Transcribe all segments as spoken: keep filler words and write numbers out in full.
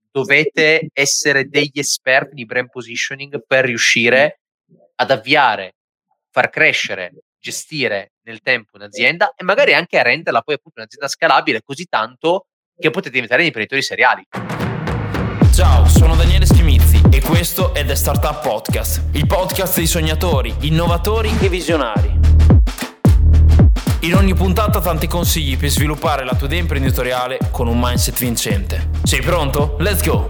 dovete essere degli esperti di brand positioning per riuscire ad avviare, far crescere, gestire nel tempo un'azienda e magari anche a renderla poi appunto un'azienda scalabile così tanto che potete diventare imprenditori seriali. Ciao, sono Daniele Schimizzi e questo è The Startup Podcast, il podcast dei sognatori, innovatori e visionari. In ogni puntata tanti consigli per sviluppare la tua idea imprenditoriale con un mindset vincente. Sei pronto? Let's go!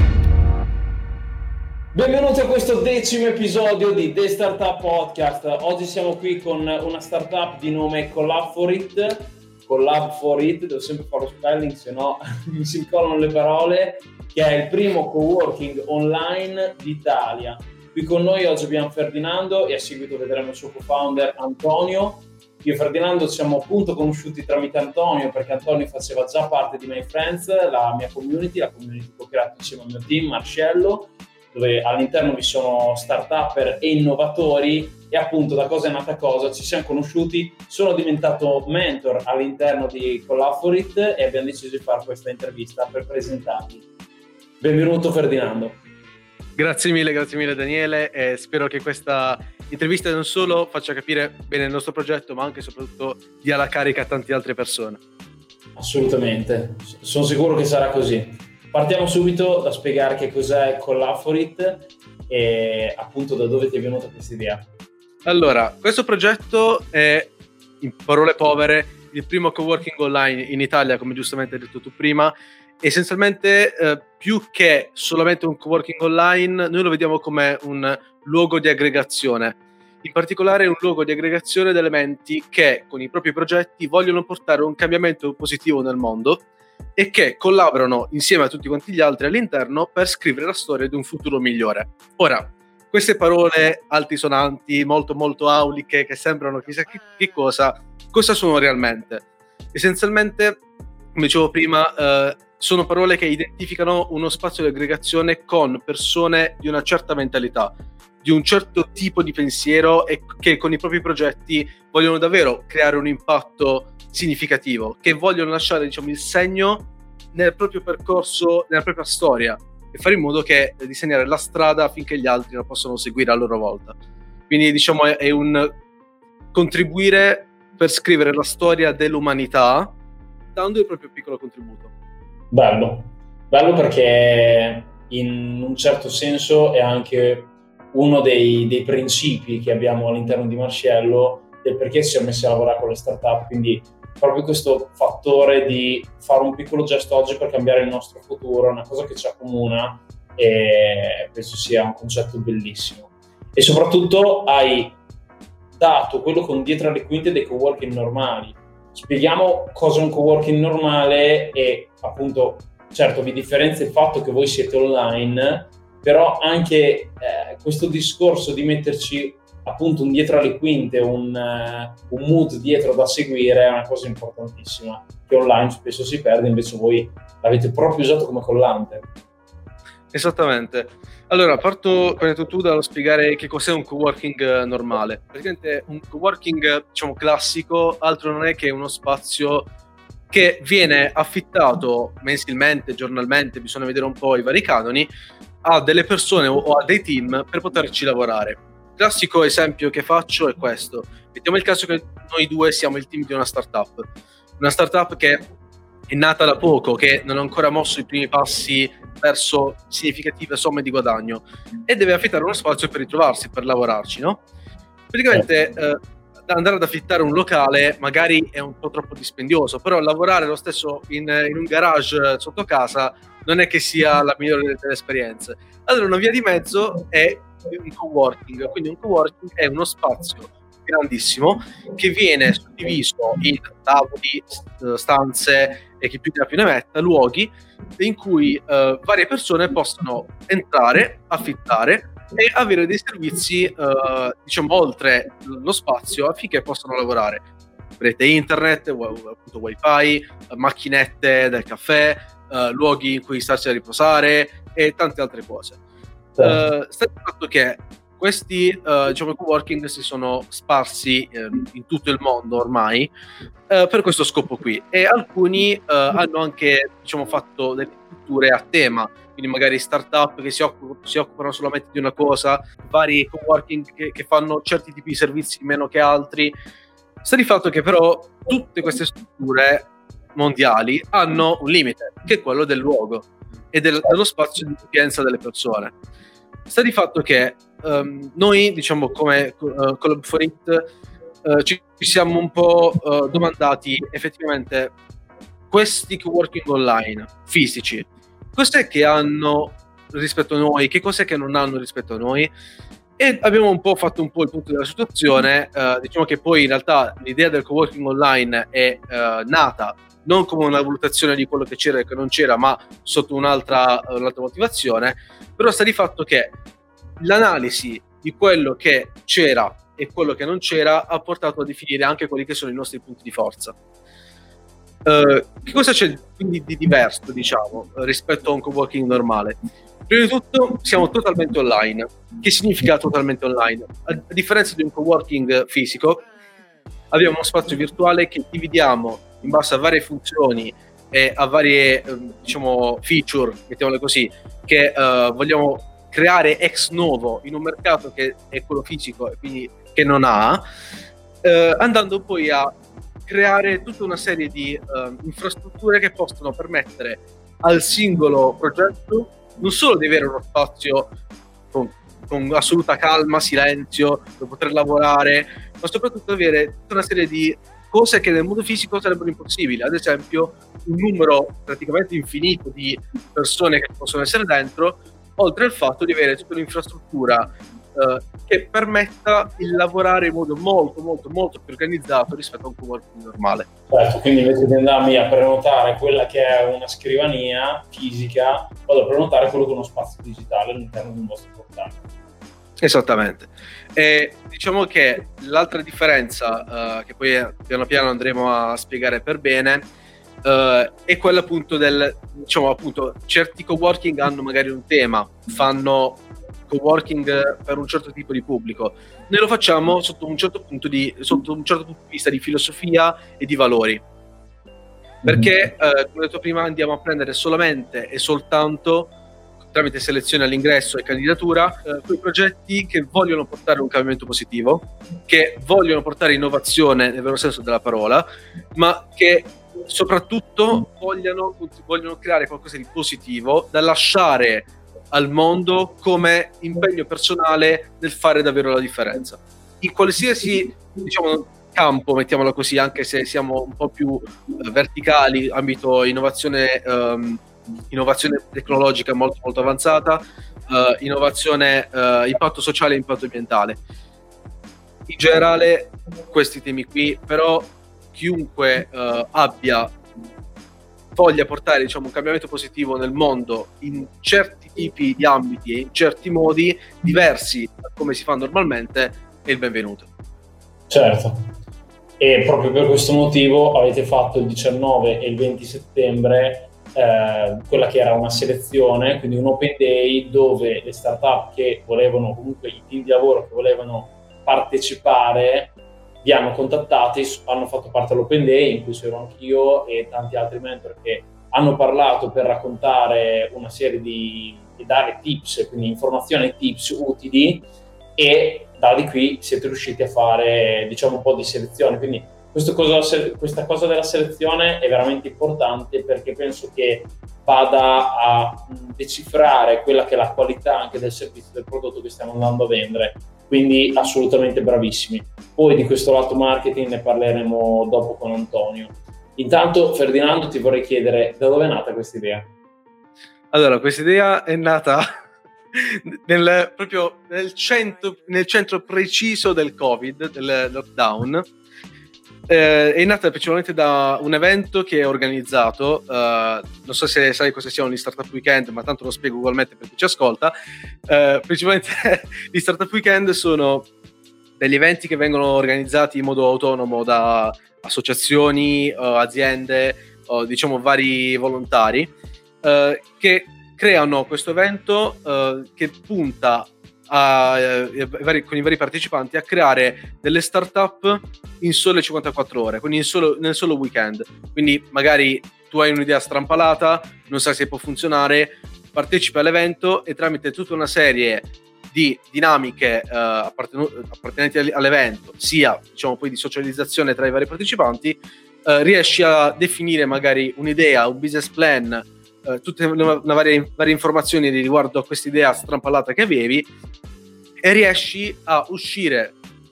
Benvenuti a questo decimo episodio di The Startup Podcast. Oggi siamo qui con una startup di nome Collab for It. Collab for It, devo sempre fare lo spelling, se no mi si incollano le parole, che è il primo coworking online d'Italia. Qui con noi oggi abbiamo Ferdinando e a seguito vedremo il suo co-founder Antonio. Io e Ferdinando ci siamo appunto conosciuti tramite Antonio, perché Antonio faceva già parte di My Friends, la mia community, la community che ho creato insieme al mio team, Marcello, dove all'interno vi sono start-upper e innovatori e appunto da cosa è nata cosa, ci siamo conosciuti, sono diventato mentor all'interno di Collab for It e abbiamo deciso di fare questa intervista per presentarvi. Benvenuto Ferdinando. Grazie mille, grazie mille Daniele e spero che questa intervista non solo faccia capire bene il nostro progetto ma anche e soprattutto dia la carica a tante altre persone. Assolutamente, sono sicuro che sarà così. Partiamo subito da spiegare che cos'è Collab for It e appunto da dove ti è venuta questa idea. Allora, questo progetto è, in parole povere, il primo coworking online in Italia, come giustamente hai detto tu prima. Essenzialmente, eh, più che solamente un coworking online, noi lo vediamo come un luogo di aggregazione. In particolare un luogo di aggregazione di elementi che con i propri progetti vogliono portare un cambiamento positivo nel mondo e che collaborano insieme a tutti quanti gli altri all'interno per scrivere la storia di un futuro migliore. Ora, queste parole altisonanti, molto molto auliche, che sembrano chissà che, che cosa, cosa sono realmente? Essenzialmente, come dicevo prima, eh, sono parole che identificano uno spazio di aggregazione con persone di una certa mentalità, di un certo tipo di pensiero e che con i propri progetti vogliono davvero creare un impatto significativo, che vogliono lasciare, diciamo, il segno nel proprio percorso, nella propria storia e fare in modo che eh, disegnare la strada affinché gli altri la possano seguire a loro volta. Quindi diciamo è, è un contribuire per scrivere la storia dell'umanità dando il proprio piccolo contributo. Bello, bello perché in un certo senso è anche uno dei, dei principi che abbiamo all'interno di Marcello del perché ci siamo messi a lavorare con le startup, quindi proprio questo fattore di fare un piccolo gesto oggi per cambiare il nostro futuro è una cosa che ci accomuna e penso sia un concetto bellissimo. E soprattutto hai dato quello con dietro le quinte dei coworking normali. Spieghiamo cosa è un coworking normale e appunto, certo vi differenzia il fatto che voi siete online, però anche eh, questo discorso di metterci appunto un dietro alle quinte, un, uh, un mood dietro da seguire è una cosa importantissima che online spesso si perde, invece voi l'avete proprio usato come collante. Esattamente. Allora, parto, come hai detto tu, dallo spiegare che cos'è un coworking normale. Praticamente un coworking, diciamo, classico, altro non è che uno spazio che viene affittato mensilmente, giornalmente, bisogna vedere un po' i vari canoni, a delle persone o a dei team per poterci lavorare. Il classico esempio che faccio è questo. Mettiamo il caso che noi due siamo il team di una startup. Una startup che è nata da poco, che non ha ancora mosso i primi passi verso significative somme di guadagno e deve affittare uno spazio per ritrovarsi, per lavorarci, no? Praticamente eh, andare ad affittare un locale magari è un po' troppo dispendioso, però lavorare lo stesso in, in un garage sotto casa non è che sia la migliore delle esperienze. Allora una via di mezzo è un coworking, quindi un coworking è uno spazio grandissimo che viene suddiviso in tavoli, stanze e chi più ne ha più ne metta, luoghi in cui uh, varie persone possono entrare, affittare e avere dei servizi uh, diciamo oltre lo spazio affinché possano lavorare. Rete internet, appunto wifi, macchinette del caffè, uh, luoghi in cui starsi a riposare e tante altre cose. Uh, sta il fatto che questi uh, diciamo, coworking si sono sparsi uh, in tutto il mondo ormai uh, per questo scopo qui, e alcuni uh, hanno anche diciamo, fatto delle strutture a tema, quindi magari start-up che si occupano, si occupano solamente di una cosa, vari coworking che, che fanno certi tipi di servizi meno che altri. Sta di fatto che però tutte queste strutture mondiali hanno un limite, che è quello del luogo e del, dello spazio di utenza delle persone. Sta di fatto che um, noi, diciamo, come uh, Collab for It, uh, ci, ci siamo un po' uh, domandati effettivamente questi coworking online fisici, cos'è che hanno rispetto a noi, che cos'è che non hanno rispetto a noi, e abbiamo un po' fatto un po' il punto della situazione. Uh, diciamo che poi in realtà l'idea del coworking online è uh, nata non come una valutazione di quello che c'era e che non c'era, ma sotto un'altra, un'altra motivazione. Però sta di fatto che l'analisi di quello che c'era e quello che non c'era ha portato a definire anche quelli che sono i nostri punti di forza. Uh, che cosa c'è quindi di diverso, diciamo, rispetto a un coworking normale? Prima di tutto siamo totalmente online. Che significa totalmente online? A, a differenza di un coworking fisico, abbiamo uno spazio virtuale che dividiamo in base a varie funzioni e a varie diciamo feature, mettiamole così, che uh, vogliamo creare ex novo in un mercato che è quello fisico e quindi che non ha, uh, andando poi a creare tutta una serie di uh, infrastrutture che possono permettere al singolo progetto non solo di avere uno spazio con, con assoluta calma, silenzio, per poter lavorare, ma soprattutto avere tutta una serie di cose che nel mondo fisico sarebbero impossibili. Ad esempio un numero praticamente infinito di persone che possono essere dentro, oltre al fatto di avere tutta un'infrastruttura eh, che permetta il lavorare in modo molto molto molto più organizzato rispetto a un coworking normale. Certo, quindi invece di andarmi a prenotare quella che è una scrivania fisica, vado a prenotare quello che è uno spazio digitale all'interno di un vostro portale. Esattamente. E diciamo che l'altra differenza uh, che poi piano piano andremo a spiegare per bene uh, è quella appunto del, diciamo appunto, certi coworking hanno magari un tema, fanno coworking per un certo tipo di pubblico. Noi lo facciamo sotto un certo punto di sotto un certo punto di vista di filosofia e di valori. Perché uh, come ho detto prima, andiamo a prendere solamente e soltanto tramite selezione all'ingresso e candidatura, eh, quei progetti che vogliono portare un cambiamento positivo, che vogliono portare innovazione nel vero senso della parola, ma che soprattutto vogliono, vogliono creare qualcosa di positivo da lasciare al mondo come impegno personale nel fare davvero la differenza. In qualsiasi, diciamo, campo, mettiamola così, anche se siamo un po' più eh, verticali, ambito innovazione um, innovazione tecnologica molto molto avanzata, uh, innovazione, uh, impatto sociale e impatto ambientale. In generale questi temi qui, però chiunque uh, abbia voglia portare, diciamo, un cambiamento positivo nel mondo in certi tipi di ambiti e in certi modi diversi da come si fa normalmente è il benvenuto. Certo. E proprio per questo motivo avete fatto il diciannove e il venti settembre Eh, quella che era una selezione, quindi un open day dove le startup che volevano, comunque i team di lavoro che volevano partecipare vi hanno contattati, hanno fatto parte dell'open day in cui c'ero anch'io e tanti altri mentor che hanno parlato per raccontare una serie di, di dare tips, quindi informazioni e tips utili, e da di qui siete riusciti a fare, diciamo, un po' di selezione. Quindi Questo cosa, questa cosa della selezione è veramente importante, perché penso che vada a decifrare quella che è la qualità anche del servizio, del prodotto che stiamo andando a vendere, quindi assolutamente bravissimi. Poi di questo lato marketing ne parleremo dopo con Antonio. Intanto, Ferdinando, ti vorrei chiedere da dove è nata questa idea? Allora, questa idea è nata nel, proprio nel centro, nel centro preciso del Covid, del lockdown. Eh, è nata principalmente da un evento che ho organizzato, uh, non so se sai cosa siano gli Startup Weekend, ma tanto lo spiego ugualmente per chi ci ascolta. Uh, principalmente gli Startup Weekend sono degli eventi che vengono organizzati in modo autonomo da associazioni, uh, aziende, o diciamo vari volontari, uh, che creano questo evento uh, che punta a, eh, vari, con i vari partecipanti a creare delle startup in sole cinquantaquattro ore, quindi in solo, nel solo weekend. Quindi magari tu hai un'idea strampalata, non sai se può funzionare, partecipi all'evento e tramite tutta una serie di dinamiche uh, appartenenti all'evento, sia diciamo poi di socializzazione tra i vari partecipanti, uh, riesci a definire magari un'idea, un business plan, uh, tutte le varie, varie informazioni riguardo a questa idea strampalata che avevi, e riesci a uscire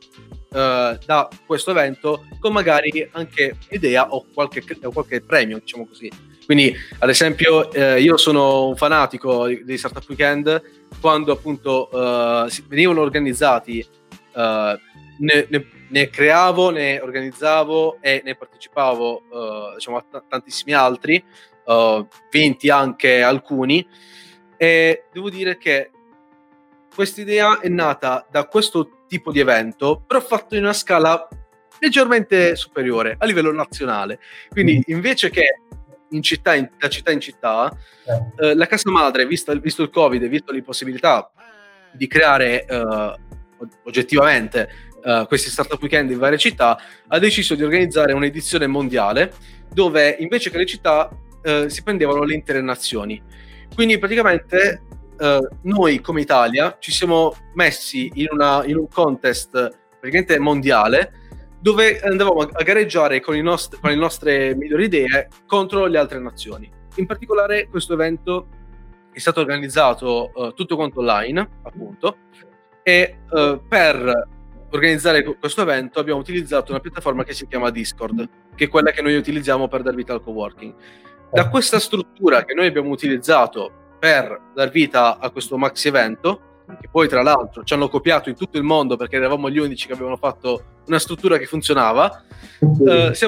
uh, da questo evento con magari anche un'idea o qualche, o qualche premio, diciamo così. Quindi, ad esempio, eh, io sono un fanatico dei Startup Weekend. Quando appunto uh, venivano organizzati, uh, ne, ne, ne creavo, ne organizzavo e ne partecipavo uh, diciamo, a t- tantissimi altri, uh, vinti anche alcuni, e devo dire che questa idea è nata da questo tipo di evento, però fatto in una scala leggermente superiore a livello nazionale. Quindi invece che in città, in, da città in città, eh. Eh, la casa madre, visto, visto il Covid e visto l'impossibilità di creare eh, oggettivamente eh, questi startup weekend in varie città, ha deciso di organizzare un'edizione mondiale dove invece che le città eh, si prendevano le intere nazioni. Quindi praticamente eh, noi come Italia ci siamo messi in, una, in un contest praticamente mondiale, dove andavamo a gareggiare con, i nost- con le nostre migliori idee contro le altre nazioni. In particolare questo evento è stato organizzato uh, tutto quanto online, appunto, e uh, per organizzare questo evento abbiamo utilizzato una piattaforma che si chiama Discord, che è quella che noi utilizziamo per dar vita al coworking. Da questa struttura che noi abbiamo utilizzato per dar vita a questo maxi evento, che poi tra l'altro ci hanno copiato in tutto il mondo perché eravamo gli unici che avevano fatto una struttura che funzionava, uh, siamo,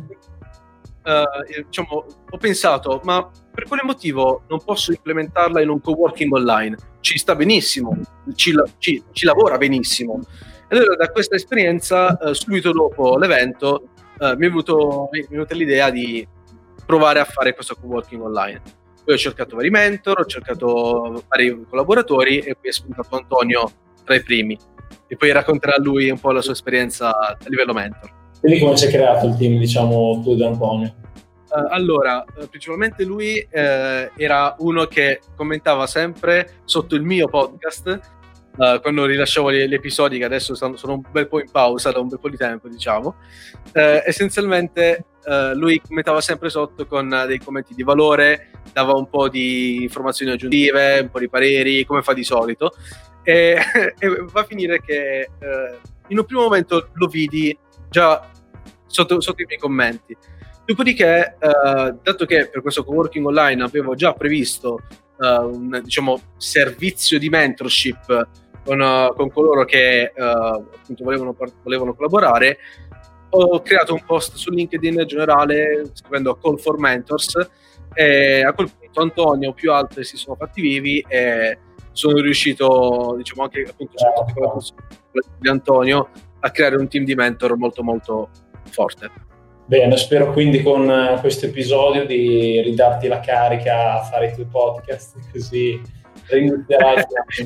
uh, diciamo, ho pensato, ma per quale motivo non posso implementarla in un coworking online? Ci sta benissimo, ci, ci, ci lavora benissimo. E allora da questa esperienza, uh, subito dopo l'evento, uh, mi è venuto, mi è venuta l'idea di provare a fare questo coworking online. Poi ho cercato vari mentor, ho cercato vari collaboratori e poi è spuntato Antonio tra i primi. E poi racconterà lui un po' la sua esperienza a livello mentor. Quindi come si è creato il team, diciamo, tu ed Antonio? Uh, allora, uh, principalmente lui uh, era uno che commentava sempre sotto il mio podcast, uh, quando rilasciavo gli, gli episodi, che adesso sono, sono un bel po' in pausa da un bel po' di tempo, diciamo. Uh, essenzialmente uh, lui commentava sempre sotto con uh, dei commenti di valore, dava un po' di informazioni aggiuntive, un po' di pareri, come fa di solito. E, e va a finire che eh, in un primo momento lo vidi già sotto, sotto i miei commenti. Dopodiché, eh, dato che per questo coworking online avevo già previsto eh, un diciamo, servizio di mentorship con, uh, con coloro che uh, appunto volevano, volevano collaborare, ho creato un post su LinkedIn generale scrivendo Call for Mentors, e a quel punto Antonio più altri si sono fatti vivi e sono riuscito, diciamo anche appunto con la possibilità di Antonio, a creare un team di mentor molto molto forte. Bene, spero quindi con questo episodio di ridarti la carica a fare i tuoi podcast, così rinizierai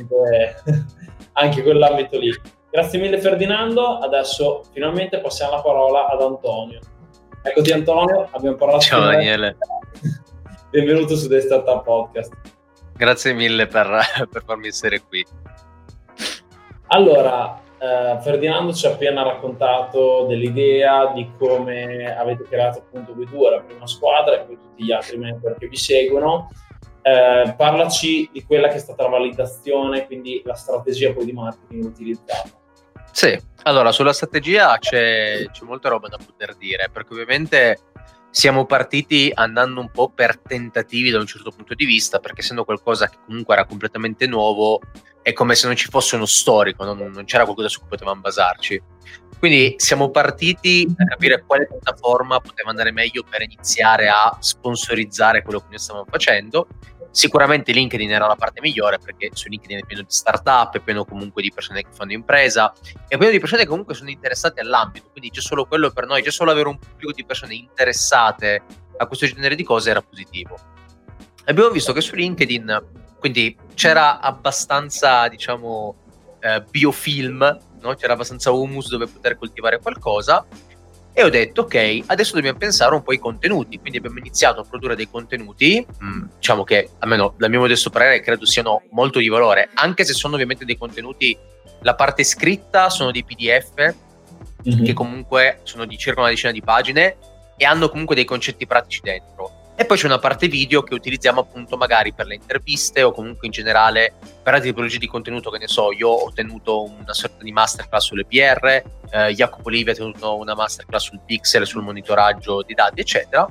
anche quell'ambito lì. Grazie mille Ferdinando, adesso finalmente passiamo la parola ad Antonio. Eccoti Antonio, abbiamo parlato. Ciao Daniele. Benvenuto su The Startup Podcast. Grazie mille per, per farmi essere qui. Allora, eh, Ferdinando ci ha appena raccontato dell'idea di come avete creato appunto voi due, la prima squadra e poi tutti gli altri mentor che vi seguono. Eh, parlaci di quella che è stata la validazione, quindi la strategia poi di marketing utilizzata. Sì, allora sulla strategia c'è, c'è molta roba da poter dire, perché ovviamente siamo partiti andando un po' per tentativi da un certo punto di vista, perché essendo qualcosa che comunque era completamente nuovo, è come se non ci fosse uno storico, non, non c'era qualcosa su cui potevamo basarci. Quindi siamo partiti a capire quale piattaforma poteva andare meglio per iniziare a sponsorizzare quello che noi stavamo facendo. Sicuramente LinkedIn era la parte migliore, perché su LinkedIn è pieno di startup, è pieno comunque di persone che fanno impresa, è pieno di persone che comunque sono interessate all'ambito, quindi c'è solo quello per noi, c'è solo avere un pubblico di persone interessate a questo genere di cose era positivo. Abbiamo visto che su LinkedIn quindi c'era abbastanza, diciamo, eh, biofilm, no? C'era abbastanza humus dove poter coltivare qualcosa, e ho detto ok, adesso dobbiamo pensare un po' ai contenuti, quindi abbiamo iniziato a produrre dei contenuti, mh, diciamo che almeno dal mio modesto parere credo siano molto di valore, anche se sono ovviamente dei contenuti, la parte scritta sono dei P D F mm-hmm. che comunque sono di circa una decina di pagine e hanno comunque dei concetti pratici dentro. E poi c'è una parte video che utilizziamo appunto magari per le interviste o comunque in generale per altre tipologie di contenuto, che ne so, io ho tenuto una sorta di masterclass sulle P R, eh, Jacopo Livi ha tenuto una masterclass sul pixel, sul monitoraggio di dati, eccetera.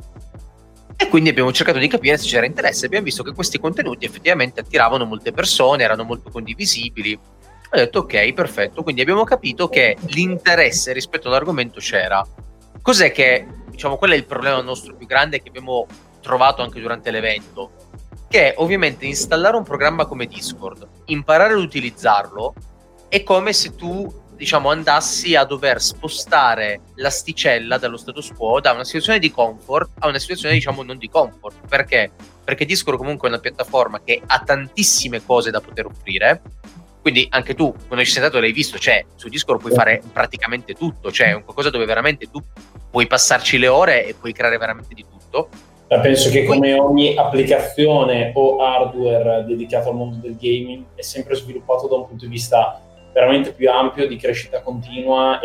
E quindi abbiamo cercato di capire se c'era interesse. Abbiamo visto che questi contenuti effettivamente attiravano molte persone, erano molto condivisibili. Ho detto ok, perfetto, quindi abbiamo capito che l'interesse rispetto all'argomento c'era. Cos'è che, diciamo, quello è il problema nostro più grande che abbiamo trovato anche durante l'evento, che ovviamente installare un programma come Discord, imparare ad utilizzarlo, è come se tu, diciamo, andassi a dover spostare l'asticella dallo status quo, da una situazione di comfort a una situazione, diciamo, non di comfort. Perché? Perché Discord comunque è una piattaforma che ha tantissime cose da poter offrire. Quindi anche tu, quando ci sei stato, l'hai visto, cioè su Discord puoi fare praticamente tutto, cioè è un qualcosa dove veramente tu puoi passarci le ore e puoi creare veramente di tutto. Penso che come ogni applicazione o hardware dedicato al mondo del gaming è sempre sviluppato da un punto di vista veramente più ampio, di crescita continua,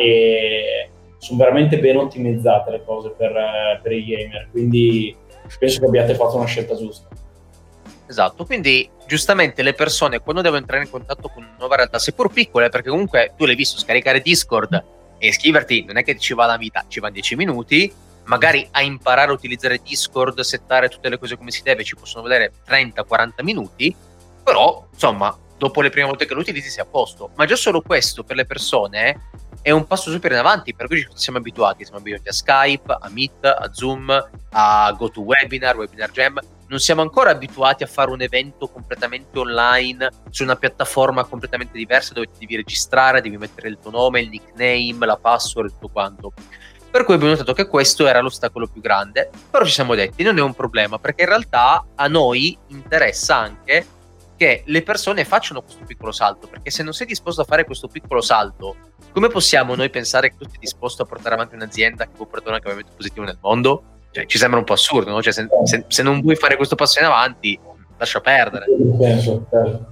e sono veramente ben ottimizzate le cose per, per i gamer, quindi penso che abbiate fatto una scelta giusta. Esatto, quindi giustamente le persone quando devono entrare in contatto con una nuova realtà, seppur piccole, perché comunque tu l'hai visto, scaricare Discord e iscriverti non è che ci va la vita, ci va dieci minuti, magari a imparare a utilizzare Discord, settare tutte le cose come si deve, ci possono vedere trenta quaranta minuti, però insomma dopo le prime volte che lo utilizzi sei a posto. Ma già solo questo per le persone è un passo super in avanti, per cui ci siamo abituati, siamo abituati a Skype, a Meet, a Zoom, a GoToWebinar, Webinar Jam. Non siamo ancora abituati a fare un evento completamente online su una piattaforma completamente diversa dove ti devi registrare, devi mettere il tuo nome, il nickname, la password e tutto quanto. Per cui abbiamo notato che questo era l'ostacolo più grande, però ci siamo detti non è un problema, perché in realtà a noi interessa anche che le persone facciano questo piccolo salto, perché se non sei disposto a fare questo piccolo salto, come possiamo noi pensare che tu sei disposto a portare avanti un'azienda che può portare un cambiamento positivo nel mondo? Cioè, ci sembra un po' assurdo, no? Cioè, se, se, se non vuoi fare questo passo in avanti, lascia perdere. Penso, penso.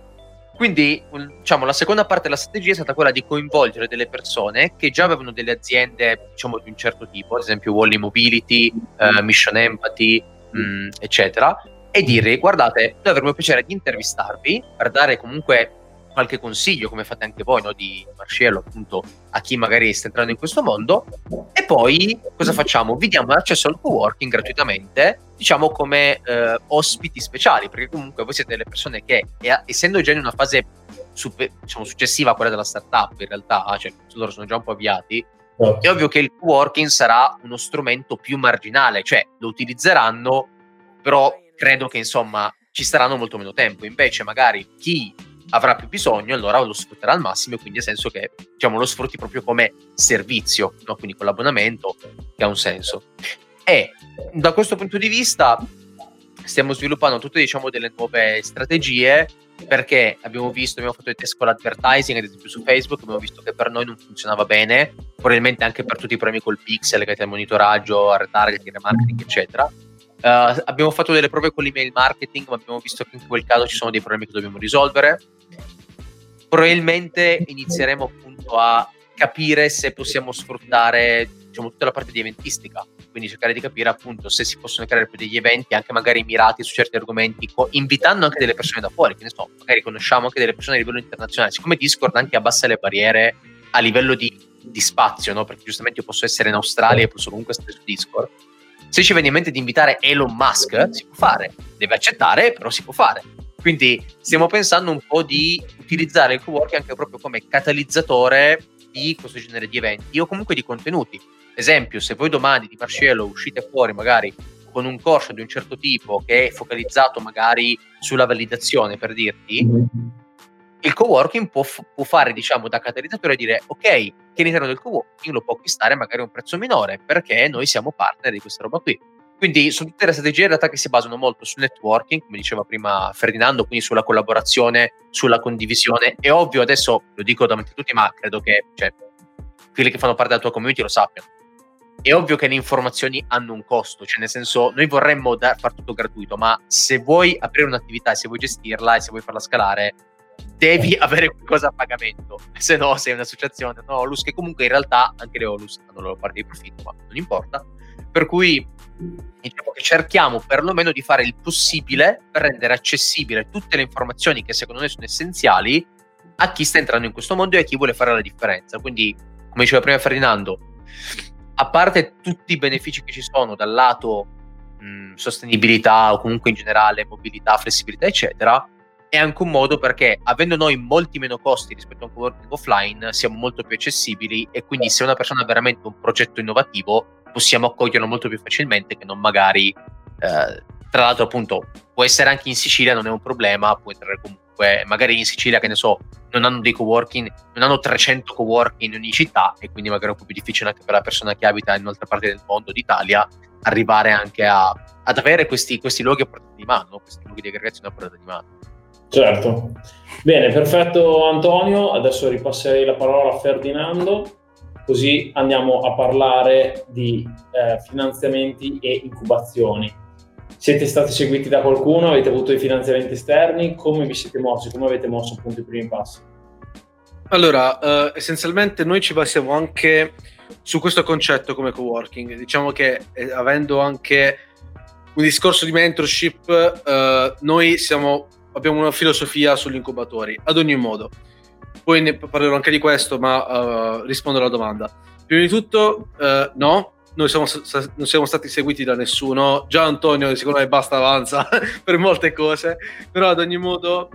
Quindi, diciamo, la seconda parte della strategia è stata quella di coinvolgere delle persone che già avevano delle aziende, diciamo, di un certo tipo, ad esempio Wally Mobility, uh, Mission Empathy, mh, eccetera, e dire, guardate, noi avremo piacere di intervistarvi per dare comunque qualche consiglio, come fate anche voi, no, di Marcello, appunto, a chi magari sta entrando in questo mondo, e poi cosa facciamo? Vi diamo l'accesso al coworking gratuitamente, diciamo come eh, ospiti speciali, perché comunque voi siete delle persone che, essendo già in una fase super, diciamo, successiva a quella della startup, in realtà, cioè loro sono già un po' avviati, oh. È ovvio che il coworking sarà uno strumento più marginale, cioè lo utilizzeranno, però credo che insomma ci staranno molto meno tempo. Invece magari chi avrà più bisogno, allora lo sfrutterà al massimo, e quindi ha senso che, diciamo, lo sfrutti proprio come servizio, no? Quindi con l'abbonamento, che ha un senso. E da questo punto di vista stiamo sviluppando tutte, diciamo, delle nuove strategie, perché abbiamo visto, abbiamo fatto dei test con l'advertising, ad esempio su Facebook, abbiamo visto che per noi non funzionava bene, probabilmente anche per tutti i problemi col pixel legati al monitoraggio, al retargeting, al remarketing, eccetera. Uh, abbiamo fatto delle prove con l'email marketing, ma abbiamo visto che in quel caso ci sono dei problemi che dobbiamo risolvere. Probabilmente inizieremo appunto a capire se possiamo sfruttare, diciamo, tutta la parte di eventistica, quindi cercare di capire appunto se si possono creare più degli eventi anche magari mirati su certi argomenti, co- invitando anche delle persone da fuori, che ne so, magari conosciamo anche delle persone a livello internazionale, siccome Discord anche abbassa le barriere a livello di, di spazio, no? Perché giustamente io posso essere in Australia e posso comunque stare su Discord. Se ci viene in mente di invitare Elon Musk, si può fare, deve accettare, però si può fare. Quindi stiamo pensando un po' di utilizzare il coworking anche proprio come catalizzatore di questo genere di eventi o comunque di contenuti. Esempio, se voi domani di Marcello uscite fuori magari con un corso di un certo tipo che è focalizzato magari sulla validazione, per dirti, mm-hmm. il coworking può, f- può fare, diciamo, da catalizzatore e dire ok, che all'interno del coworking lo può acquistare magari a un prezzo minore perché noi siamo partner di questa roba qui. Quindi sono tutte le strategie in realtà che si basano molto sul networking, come diceva prima Ferdinando, quindi sulla collaborazione, sulla condivisione. È ovvio, adesso lo dico davanti a tutti, ma credo che cioè, quelli che fanno parte della tua community lo sappiano. È ovvio che le informazioni hanno un costo, cioè nel senso noi vorremmo dar, far tutto gratuito, ma se vuoi aprire un'attività, se vuoi gestirla e se vuoi farla scalare, devi avere qualcosa a pagamento, se no sei un'associazione, no, Olus, che comunque in realtà anche le Olus hanno la loro parte di profitto, ma non importa. Per cui diciamo che cerchiamo perlomeno di fare il possibile per rendere accessibile tutte le informazioni che secondo noi sono essenziali a chi sta entrando in questo mondo e a chi vuole fare la differenza. Quindi, come diceva prima Ferdinando, a parte tutti i benefici che ci sono dal lato mh, sostenibilità o comunque in generale mobilità, flessibilità eccetera, è anche un modo perché avendo noi molti meno costi rispetto a un coworking offline siamo molto più accessibili, e quindi se una persona ha veramente un progetto innovativo possiamo accoglierlo molto più facilmente che non magari eh, tra l'altro appunto può essere anche in Sicilia, non è un problema, può entrare comunque magari in Sicilia, che ne so, non hanno dei coworking, non hanno trecento coworking in ogni città, e quindi magari è un po' più difficile anche per la persona che abita in un'altra parte del mondo d'Italia arrivare anche a, ad avere questi, questi luoghi a portata di mano, questi luoghi di aggregazione a portata di mano. Certo. Bene, perfetto Antonio, adesso ripasserei la parola a Ferdinando, così andiamo a parlare di eh, finanziamenti e incubazioni. Siete stati seguiti da qualcuno? Avete avuto i finanziamenti esterni? Come vi siete mossi? Come avete mosso appunto i primi passi? Allora, eh, essenzialmente noi ci basiamo anche su questo concetto come coworking. Diciamo che eh, avendo anche un discorso di mentorship, eh, noi siamo, abbiamo una filosofia sugli incubatori, ad ogni modo. Poi ne parlerò anche di questo, ma uh, rispondo alla domanda. Prima di tutto, uh, no, noi siamo, non siamo stati seguiti da nessuno. Già Antonio, secondo me, basta avanza per molte cose. Però ad ogni modo,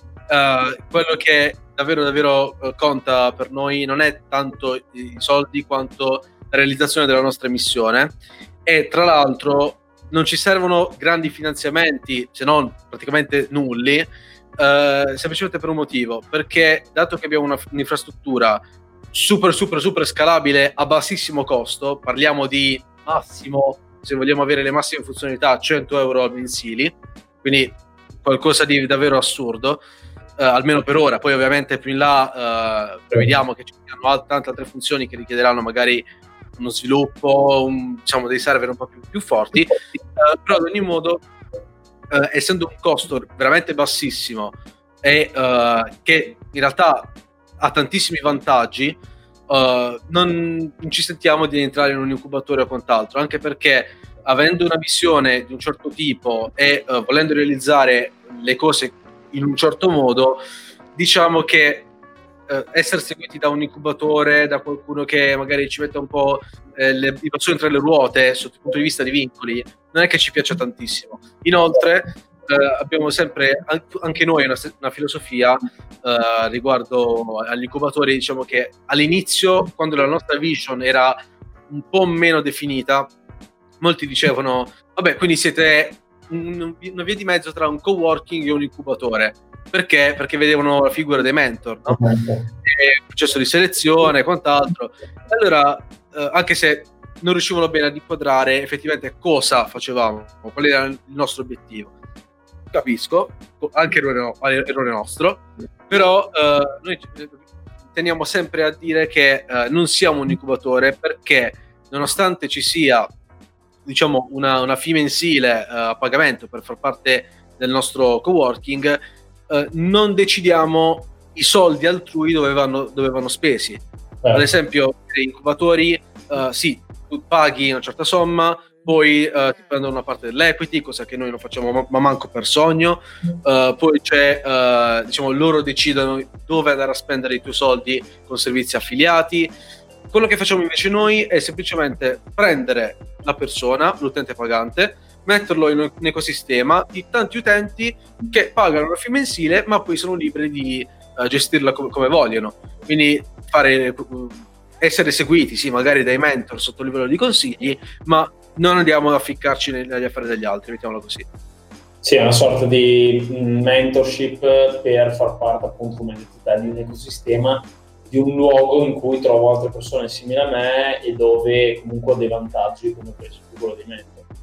uh, quello che davvero davvero uh, conta per noi non è tanto i soldi quanto la realizzazione della nostra missione. E tra l'altro non ci servono grandi finanziamenti, se non praticamente nulli, Uh, semplicemente per un motivo, perché dato che abbiamo una, un'infrastruttura super super super scalabile a bassissimo costo, parliamo di massimo, se vogliamo avere le massime funzionalità, cento euro mensili, quindi qualcosa di davvero assurdo, uh, almeno per ora. Poi ovviamente più in là uh, prevediamo che ci siano alt- tante altre funzioni che richiederanno magari uno sviluppo, un, diciamo dei server un po' più, più forti, uh, però ad ogni modo Uh, essendo un costo veramente bassissimo e uh, che in realtà ha tantissimi vantaggi, uh, non, non ci sentiamo di entrare in un incubatore o quant'altro, anche perché avendo una visione di un certo tipo e uh, volendo realizzare le cose in un certo modo, diciamo che uh, essere seguiti da un incubatore, da qualcuno che magari ci mette un po' eh, le, i bastoni tra le ruote sotto il punto di vista di vincoli, non è che ci piaccia tantissimo. Inoltre eh, abbiamo sempre anche noi una, una filosofia eh, riguardo agli incubatori, diciamo che all'inizio, quando la nostra vision era un po' meno definita, molti dicevano vabbè, quindi siete un, una via di mezzo tra un coworking e un incubatore. Perché? Perché vedevano la figura dei mentor, no? E il processo di selezione e quant'altro. Allora, eh, anche se non riuscivano bene ad inquadrare effettivamente cosa facevamo, qual era il nostro obiettivo. Capisco, anche errore, no, errore nostro, però eh, noi teniamo sempre a dire che eh, non siamo un incubatore, perché nonostante ci sia, diciamo, una, una fee mensile eh, a pagamento per far parte del nostro coworking, eh, non decidiamo i soldi altrui dove vanno, dove vanno spesi. Eh. Ad esempio, per incubatori, eh, sì, tu paghi una certa somma, poi uh, ti prendono una parte dell'equity, cosa che noi non facciamo ma, ma manco per sogno, uh, poi c'è, uh, diciamo, loro decidono dove andare a spendere i tuoi soldi con servizi affiliati. Quello che facciamo invece noi è semplicemente prendere la persona, l'utente pagante, metterlo in un ecosistema di tanti utenti che pagano una fee mensile, ma poi sono liberi di uh, gestirla com- come vogliono. Quindi fare... Uh, essere seguiti, sì, magari dai mentor sotto il livello di consigli, ma non andiamo a ficcarci negli affari degli altri, mettiamolo così. Sì, è una sorta di mentorship per far parte, appunto, come detto te, di un ecosistema, di un luogo in cui trovo altre persone simili a me e dove comunque ho dei vantaggi, come per esempio quello dei mentor.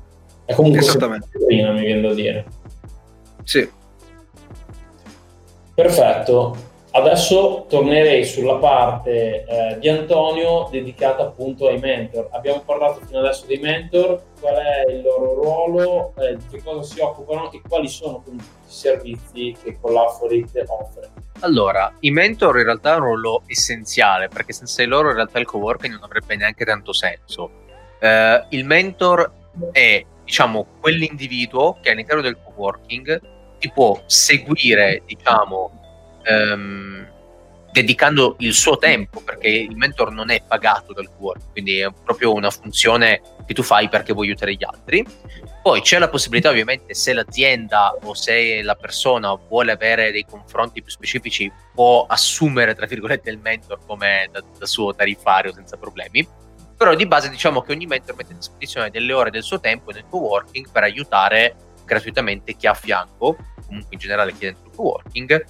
È comunque Esattamente. prima, mi viene da dire. Sì. Perfetto. Adesso tornerei sulla parte eh, di Antonio dedicata appunto ai mentor. Abbiamo parlato fino adesso dei mentor, qual è il loro ruolo, eh, di che cosa si occupano e quali sono i servizi che Collaborate offre. Allora, i mentor in realtà hanno un ruolo essenziale, perché senza di loro in realtà il coworking non avrebbe neanche tanto senso. Eh, il mentor è, diciamo, quell'individuo che all'interno del coworking ti può seguire, diciamo, ehm, dedicando il suo tempo, perché il mentor non è pagato dal coworking, quindi è proprio una funzione che tu fai perché vuoi aiutare gli altri. Poi c'è la possibilità, ovviamente, se l'azienda o se la persona vuole avere dei confronti più specifici, può assumere, tra virgolette, il mentor come da, da suo tariffario senza problemi. Però di base diciamo che ogni mentor mette a disposizione delle ore del suo tempo nel coworking per aiutare gratuitamente chi ha a fianco, comunque in generale chi è dentro il coworking.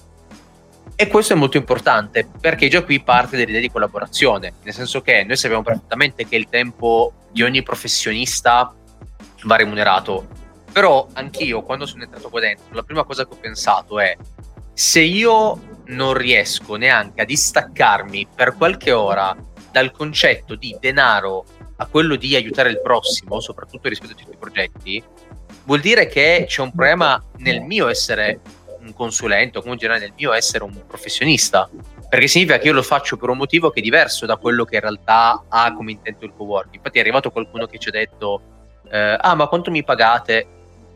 E questo è molto importante, perché già qui parte dell'idea di collaborazione, nel senso che noi sappiamo perfettamente che il tempo di ogni professionista va remunerato, però anch'io quando sono entrato qua dentro la prima cosa che ho pensato è: se io non riesco neanche a distaccarmi per qualche ora dal concetto di denaro a quello di aiutare il prossimo, soprattutto rispetto a tutti i progetti, vuol dire che c'è un problema nel mio essere un consulente o comunque in generale nel mio essere un professionista, perché significa che io lo faccio per un motivo che è diverso da quello che in realtà ha come intento il coworking. Infatti è arrivato qualcuno che ci ha detto eh, ah, ma quanto mi pagate?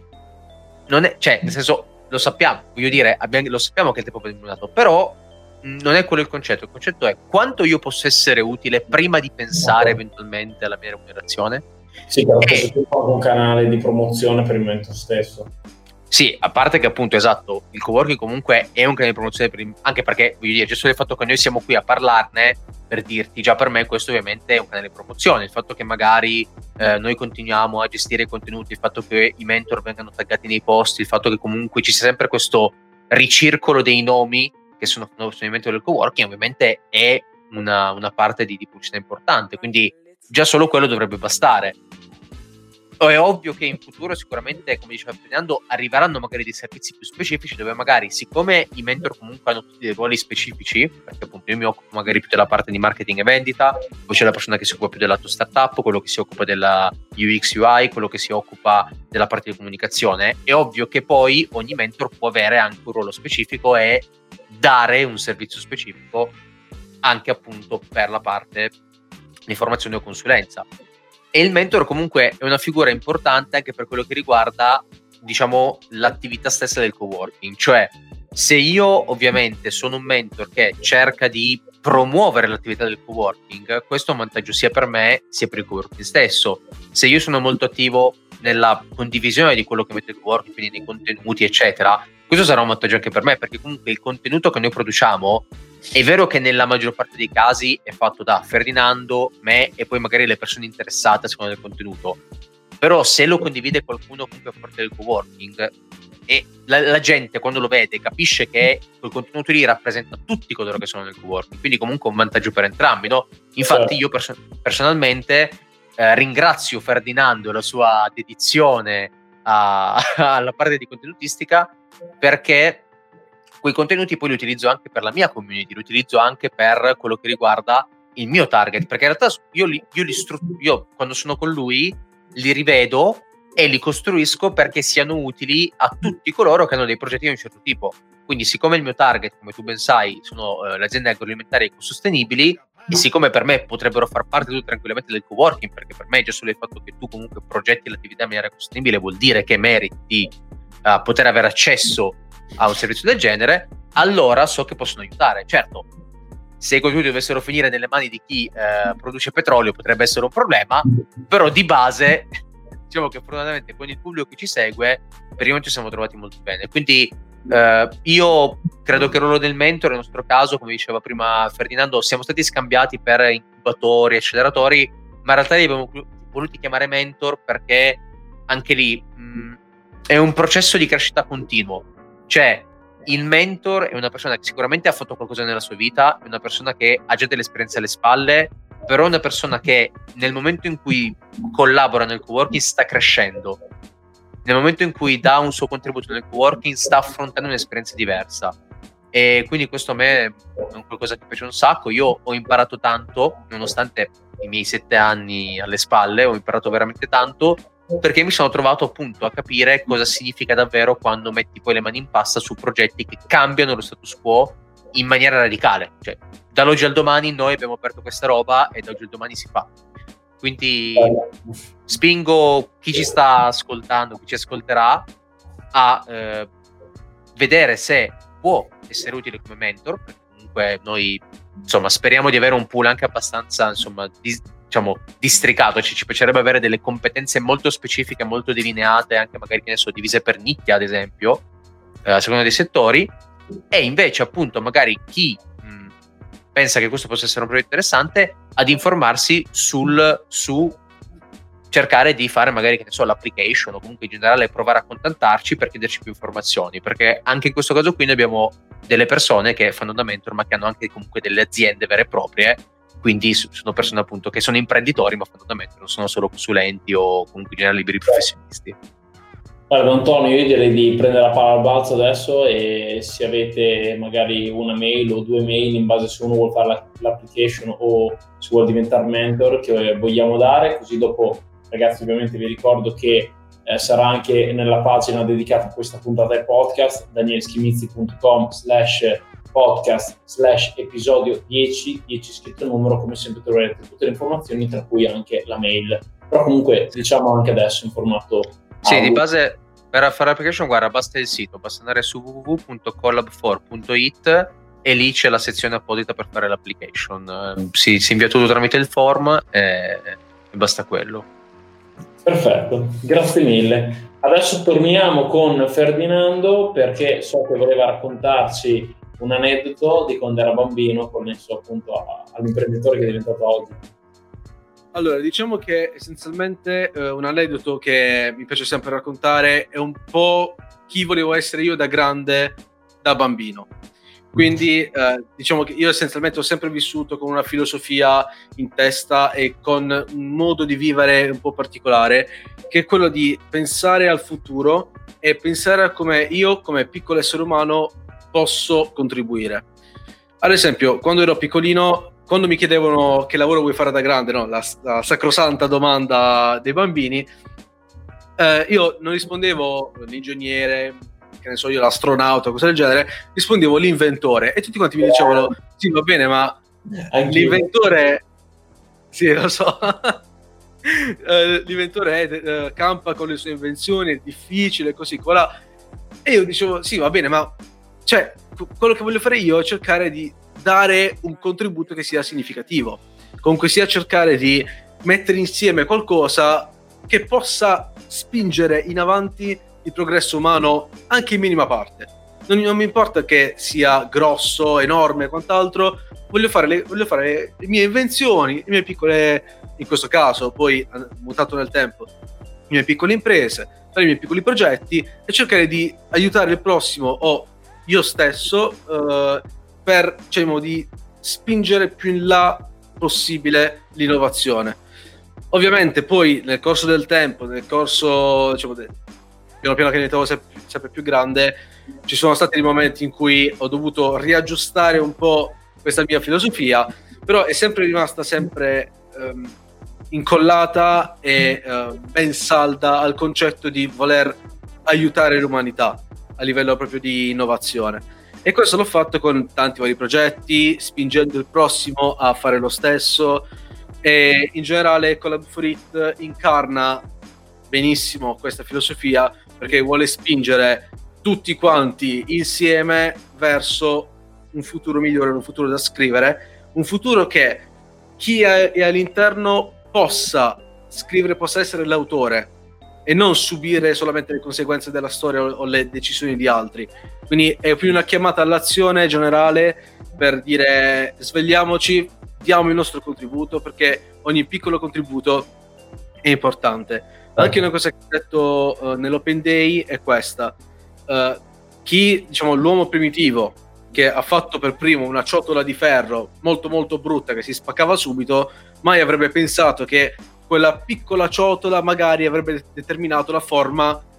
Non è, cioè, nel senso, lo sappiamo, voglio dire, abbiamo, lo sappiamo che il tempo è remunerato, però mh, non è quello il concetto. Il concetto è quanto io posso essere utile prima di pensare eventualmente alla mia remunerazione. Sì, però questo è un canale di promozione per il mentor stesso. Sì, a parte che appunto, esatto, il coworking comunque è un canale di promozione per, anche perché, voglio dire, già solo il fatto che noi siamo qui a parlarne, per dirti, già per me questo ovviamente è un canale di promozione. Il fatto che magari eh, noi continuiamo a gestire i contenuti, il fatto che i mentor vengano taggati nei post, il fatto che comunque ci sia sempre questo ricircolo dei nomi che sono fondamentalmente del coworking, ovviamente è una, una parte di, di pubblicità importante, quindi già solo quello dovrebbe bastare. È ovvio che in futuro sicuramente, come diceva Fernando, arriveranno magari dei servizi più specifici dove magari, siccome i mentor comunque hanno tutti dei ruoli specifici, perché appunto io mi occupo magari più della parte di marketing e vendita, poi c'è la persona che si occupa più del lato startup, quello che si occupa della U X U I, quello che si occupa della parte di comunicazione, è ovvio che poi ogni mentor può avere anche un ruolo specifico e dare un servizio specifico anche appunto per la parte di formazione o consulenza. E il mentor comunque è una figura importante anche per quello che riguarda, diciamo, l'attività stessa del coworking. Cioè, se io ovviamente sono un mentor che cerca di promuovere l'attività del coworking, questo è un vantaggio sia per me sia per il coworking stesso. Se io sono molto attivo nella condivisione di quello che mette il coworking, quindi nei contenuti eccetera, questo sarà un vantaggio anche per me, perché comunque il contenuto che noi produciamo è vero che nella maggior parte dei casi è fatto da Ferdinando, me e poi magari le persone interessate a seconda del contenuto, però se lo condivide qualcuno comunque fa parte del coworking e la, la gente quando lo vede capisce che quel contenuto lì rappresenta tutti coloro che sono nel coworking, quindi comunque un vantaggio per entrambi, no? Infatti io perso- personalmente eh, ringrazio Ferdinando e la sua dedizione a, alla parte di contenutistica, perché quei contenuti poi li utilizzo anche per la mia community, li utilizzo anche per quello che riguarda il mio target, perché in realtà io, li, io, li stru- io quando sono con lui li rivedo e li costruisco perché siano utili a tutti coloro che hanno dei progetti di un certo tipo. Quindi siccome il mio target, come tu ben sai, sono eh, le aziende agroalimentari ecosostenibili, e siccome per me potrebbero far parte tu tranquillamente del coworking, perché per me già solo il fatto che tu comunque progetti l'attività in maniera ecosostenibile vuol dire che meriti di uh, poter avere accesso a un servizio del genere, allora so che possono aiutare. Certo, se i contenuti dovessero finire nelle mani di chi eh, produce petrolio potrebbe essere un problema, però di base diciamo che fortunatamente con il pubblico che ci segue per il momento ci siamo trovati molto bene. Quindi eh, io credo che il ruolo del mentor nel nostro caso, come diceva prima Ferdinando, siamo stati scambiati per incubatori, acceleratori, ma in realtà li abbiamo voluti chiamare mentor perché anche lì mh, è un processo di crescita continuo. Cioè, il mentor è una persona che sicuramente ha fatto qualcosa nella sua vita, è una persona che ha già delle esperienze alle spalle, però è una persona che nel momento in cui collabora nel coworking sta crescendo. nel momento in cui dà un suo contributo nel coworking sta affrontando un'esperienza diversa, e quindi questo a me è un qualcosa che piace un sacco. Io ho imparato tanto, nonostante i miei sette anni alle spalle, ho imparato veramente tanto, perché mi sono trovato appunto a capire cosa significa davvero quando metti poi le mani in pasta su progetti che cambiano lo status quo in maniera radicale. Cioè, dall'oggi al domani noi abbiamo aperto questa roba e da oggi al domani si fa. Quindi spingo chi ci sta ascoltando, chi ci ascolterà, a eh, vedere se può essere utile come mentor, perché comunque noi insomma speriamo di avere un pool anche abbastanza insomma dis- diciamo districato, cioè, ci piacerebbe avere delle competenze molto specifiche, molto delineate, anche magari che ne so, divise per nicchia ad esempio, eh, a seconda dei settori. E invece appunto magari chi mh, pensa che questo possa essere un progetto interessante, ad informarsi sul su cercare di fare magari, che ne so, l'application, o comunque in generale provare a contattarci per chiederci più informazioni, perché anche in questo caso qui noi abbiamo delle persone che fanno da mentor ma che hanno anche comunque delle aziende vere e proprie, quindi sono persone appunto che sono imprenditori ma fanno da mentor, non sono solo consulenti o comunque in generale liberi professionisti. Guarda Antonio, io direi di prendere la palla al balzo adesso, e se avete magari una mail o due mail in base se uno vuole fare la, l'application o se vuole diventare mentor che vogliamo dare, così dopo ragazzi ovviamente vi ricordo che eh, sarà anche nella pagina dedicata a questa puntata del podcast, danieleschimizzi.com slash podcast slash episodio dieci, dieci scritto numero, come sempre troverete tutte le informazioni tra cui anche la mail, però comunque diciamo anche adesso in formato sì, audio. Di base per fare l'application guarda basta il sito, basta andare su w w w punto collab four punto i t e lì c'è la sezione apposita per fare l'application, si, si invia tutto tramite il form e, e basta quello. Perfetto, grazie mille. Adesso torniamo con Ferdinando, perché so che voleva raccontarci un aneddoto di quando era bambino connesso appunto a, all'imprenditore che è diventato oggi. Allora, diciamo che essenzialmente eh, un aneddoto che mi piace sempre raccontare è un po' chi volevo essere io da grande, da bambino. Quindi eh, diciamo che io essenzialmente ho sempre vissuto con una filosofia in testa e con un modo di vivere un po' particolare, che è quello di pensare al futuro e pensare a come io, come piccolo essere umano, posso contribuire. Ad esempio, quando ero piccolino, quando mi chiedevano che lavoro vuoi fare da grande, no? la, la sacrosanta domanda dei bambini, eh, io non rispondevo l'ingegnere, che ne so io, l'astronauta, cosa del genere, rispondevo l'inventore, e tutti quanti mi dicevano sì, va bene, ma anch'io. L'inventore sì, lo so uh, l'inventore è, uh, campa con le sue invenzioni, è difficile, così qua, e io dicevo sì, va bene, ma cioè quello che voglio fare io è cercare di dare un contributo che sia significativo, comunque sia cercare di mettere insieme qualcosa che possa spingere in avanti il progresso umano anche in minima parte. Non, non mi importa che sia grosso, enorme e quant'altro, voglio fare, le, voglio fare le mie invenzioni, le mie piccole, in questo caso poi mutato nel tempo, le mie piccole imprese, fare i miei piccoli progetti e cercare di aiutare il prossimo o io stesso eh, per, diciamo, di spingere più in là possibile l'innovazione. Ovviamente poi nel corso del tempo, nel corso, diciamo, de, piano piano che diventavo sempre, sempre più grande, ci sono stati dei momenti in cui ho dovuto riaggiustare un po' questa mia filosofia, però è sempre rimasta sempre ehm, incollata e eh, ben salda al concetto di voler aiutare l'umanità a livello proprio di innovazione. E questo l'ho fatto con tanti vari progetti, spingendo il prossimo a fare lo stesso, e in generale Collab four It incarna benissimo questa filosofia, perché vuole spingere tutti quanti insieme verso un futuro migliore, un futuro da scrivere, un futuro che chi è all'interno possa scrivere, possa essere l'autore e non subire solamente le conseguenze della storia o le decisioni di altri. Quindi è più una chiamata all'azione generale per dire svegliamoci, diamo il nostro contributo, perché ogni piccolo contributo è importante. Anche una cosa che ho detto uh, nell'Open Day è questa: uh, chi, diciamo, l'uomo primitivo che ha fatto per primo una ciotola di ferro molto molto brutta che si spaccava subito, mai avrebbe pensato che quella piccola ciotola magari avrebbe determinato la forma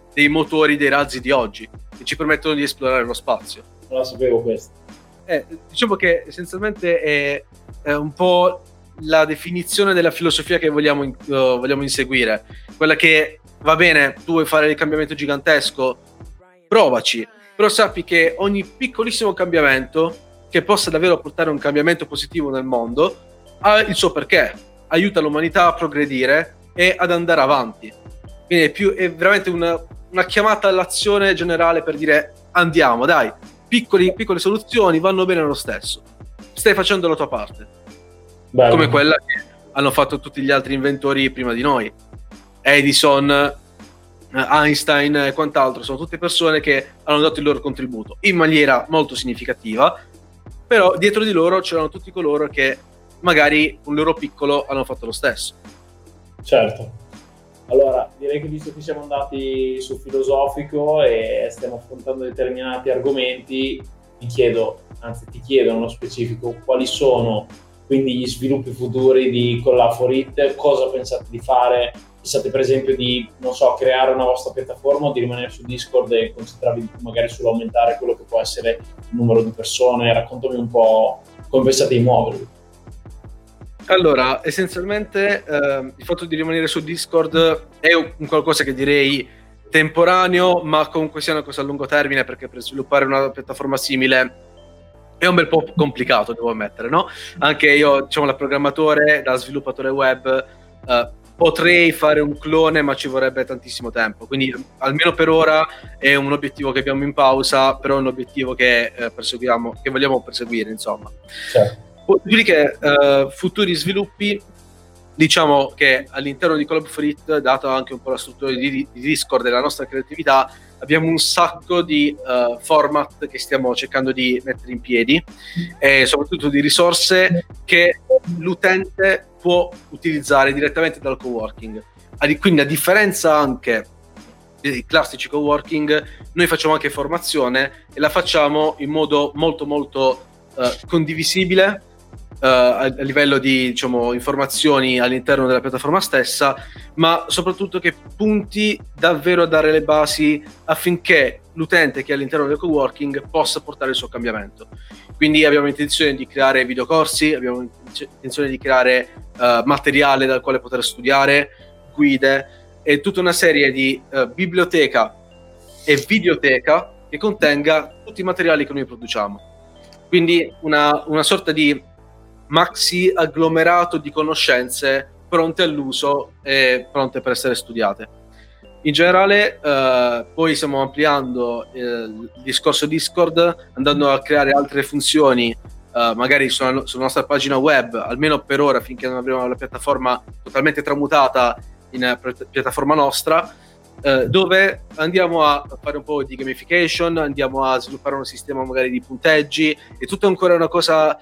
dei motori dei razzi di oggi, che ci permettono di esplorare lo spazio. Non la sapevo questa. Eh, diciamo che essenzialmente è, è un po' la definizione della filosofia che vogliamo, in, uh, vogliamo inseguire, quella che va bene, tu vuoi fare il cambiamento gigantesco, provaci, però sappi che ogni piccolissimo cambiamento che possa davvero portare un cambiamento positivo nel mondo ha il suo perché, aiuta l'umanità a progredire e ad andare avanti. Quindi è, più, è veramente una, una chiamata all'azione generale per dire andiamo, dai, piccoli, piccole soluzioni vanno bene lo stesso, stai facendo la tua parte. Bello. Come quella che hanno fatto tutti gli altri inventori prima di noi, Edison, Einstein e quant'altro, sono tutte persone che hanno dato il loro contributo in maniera molto significativa, però dietro di loro c'erano tutti coloro che magari un loro piccolo hanno fatto lo stesso. Certo. Allora, direi che visto che siamo andati sul filosofico e stiamo affrontando determinati argomenti, mi chiedo, anzi ti chiedo nello specifico, quali sono quindi gli sviluppi futuri di Collab4It, cosa pensate di fare? Pensate per esempio di, non so, creare una vostra piattaforma o di rimanere su Discord e concentrarvi magari sull'aumentare quello che può essere il numero di persone? Raccontami un po' come pensate di muovervi. Allora, essenzialmente eh, il fatto di rimanere su Discord è un qualcosa che direi temporaneo, ma comunque sia una cosa a lungo termine, perché per sviluppare una piattaforma simile è un bel po' complicato, devo ammettere, no? Anche io, diciamo, da programmatore, da sviluppatore web, eh, potrei fare un clone, ma ci vorrebbe tantissimo tempo. Quindi, almeno per ora, è un obiettivo che abbiamo in pausa, però è un obiettivo che eh, perseguiamo, che vogliamo perseguire, insomma. Certo. Dopodiché, eh, futuri sviluppi, diciamo che all'interno di Collab4It, dato anche un po' la struttura di, di Discord e la nostra creatività, abbiamo un sacco di uh, format che stiamo cercando di mettere in piedi e soprattutto di risorse che l'utente può utilizzare direttamente dal coworking. Quindi, a differenza anche dei classici coworking, noi facciamo anche formazione e la facciamo in modo molto molto uh, condivisibile Uh, a, a livello di, diciamo, informazioni all'interno della piattaforma stessa, ma soprattutto che punti davvero a dare le basi affinché l'utente che è all'interno del coworking possa portare il suo cambiamento. Quindi abbiamo intenzione di creare videocorsi, abbiamo intenzione di creare uh, materiale dal quale poter studiare, guide e tutta una serie di uh, biblioteca e videoteca che contenga tutti i materiali che noi produciamo. Quindi una, una sorta di maxi agglomerato di conoscenze pronte all'uso e pronte per essere studiate. In generale, eh, poi stiamo ampliando eh, il discorso Discord, andando a creare altre funzioni, eh, magari sulla, sulla nostra pagina web, almeno per ora, finché non avremo la piattaforma totalmente tramutata in piattaforma nostra, eh, dove andiamo a fare un po' di gamification, andiamo a sviluppare un sistema magari di punteggi, è tutto ancora una cosa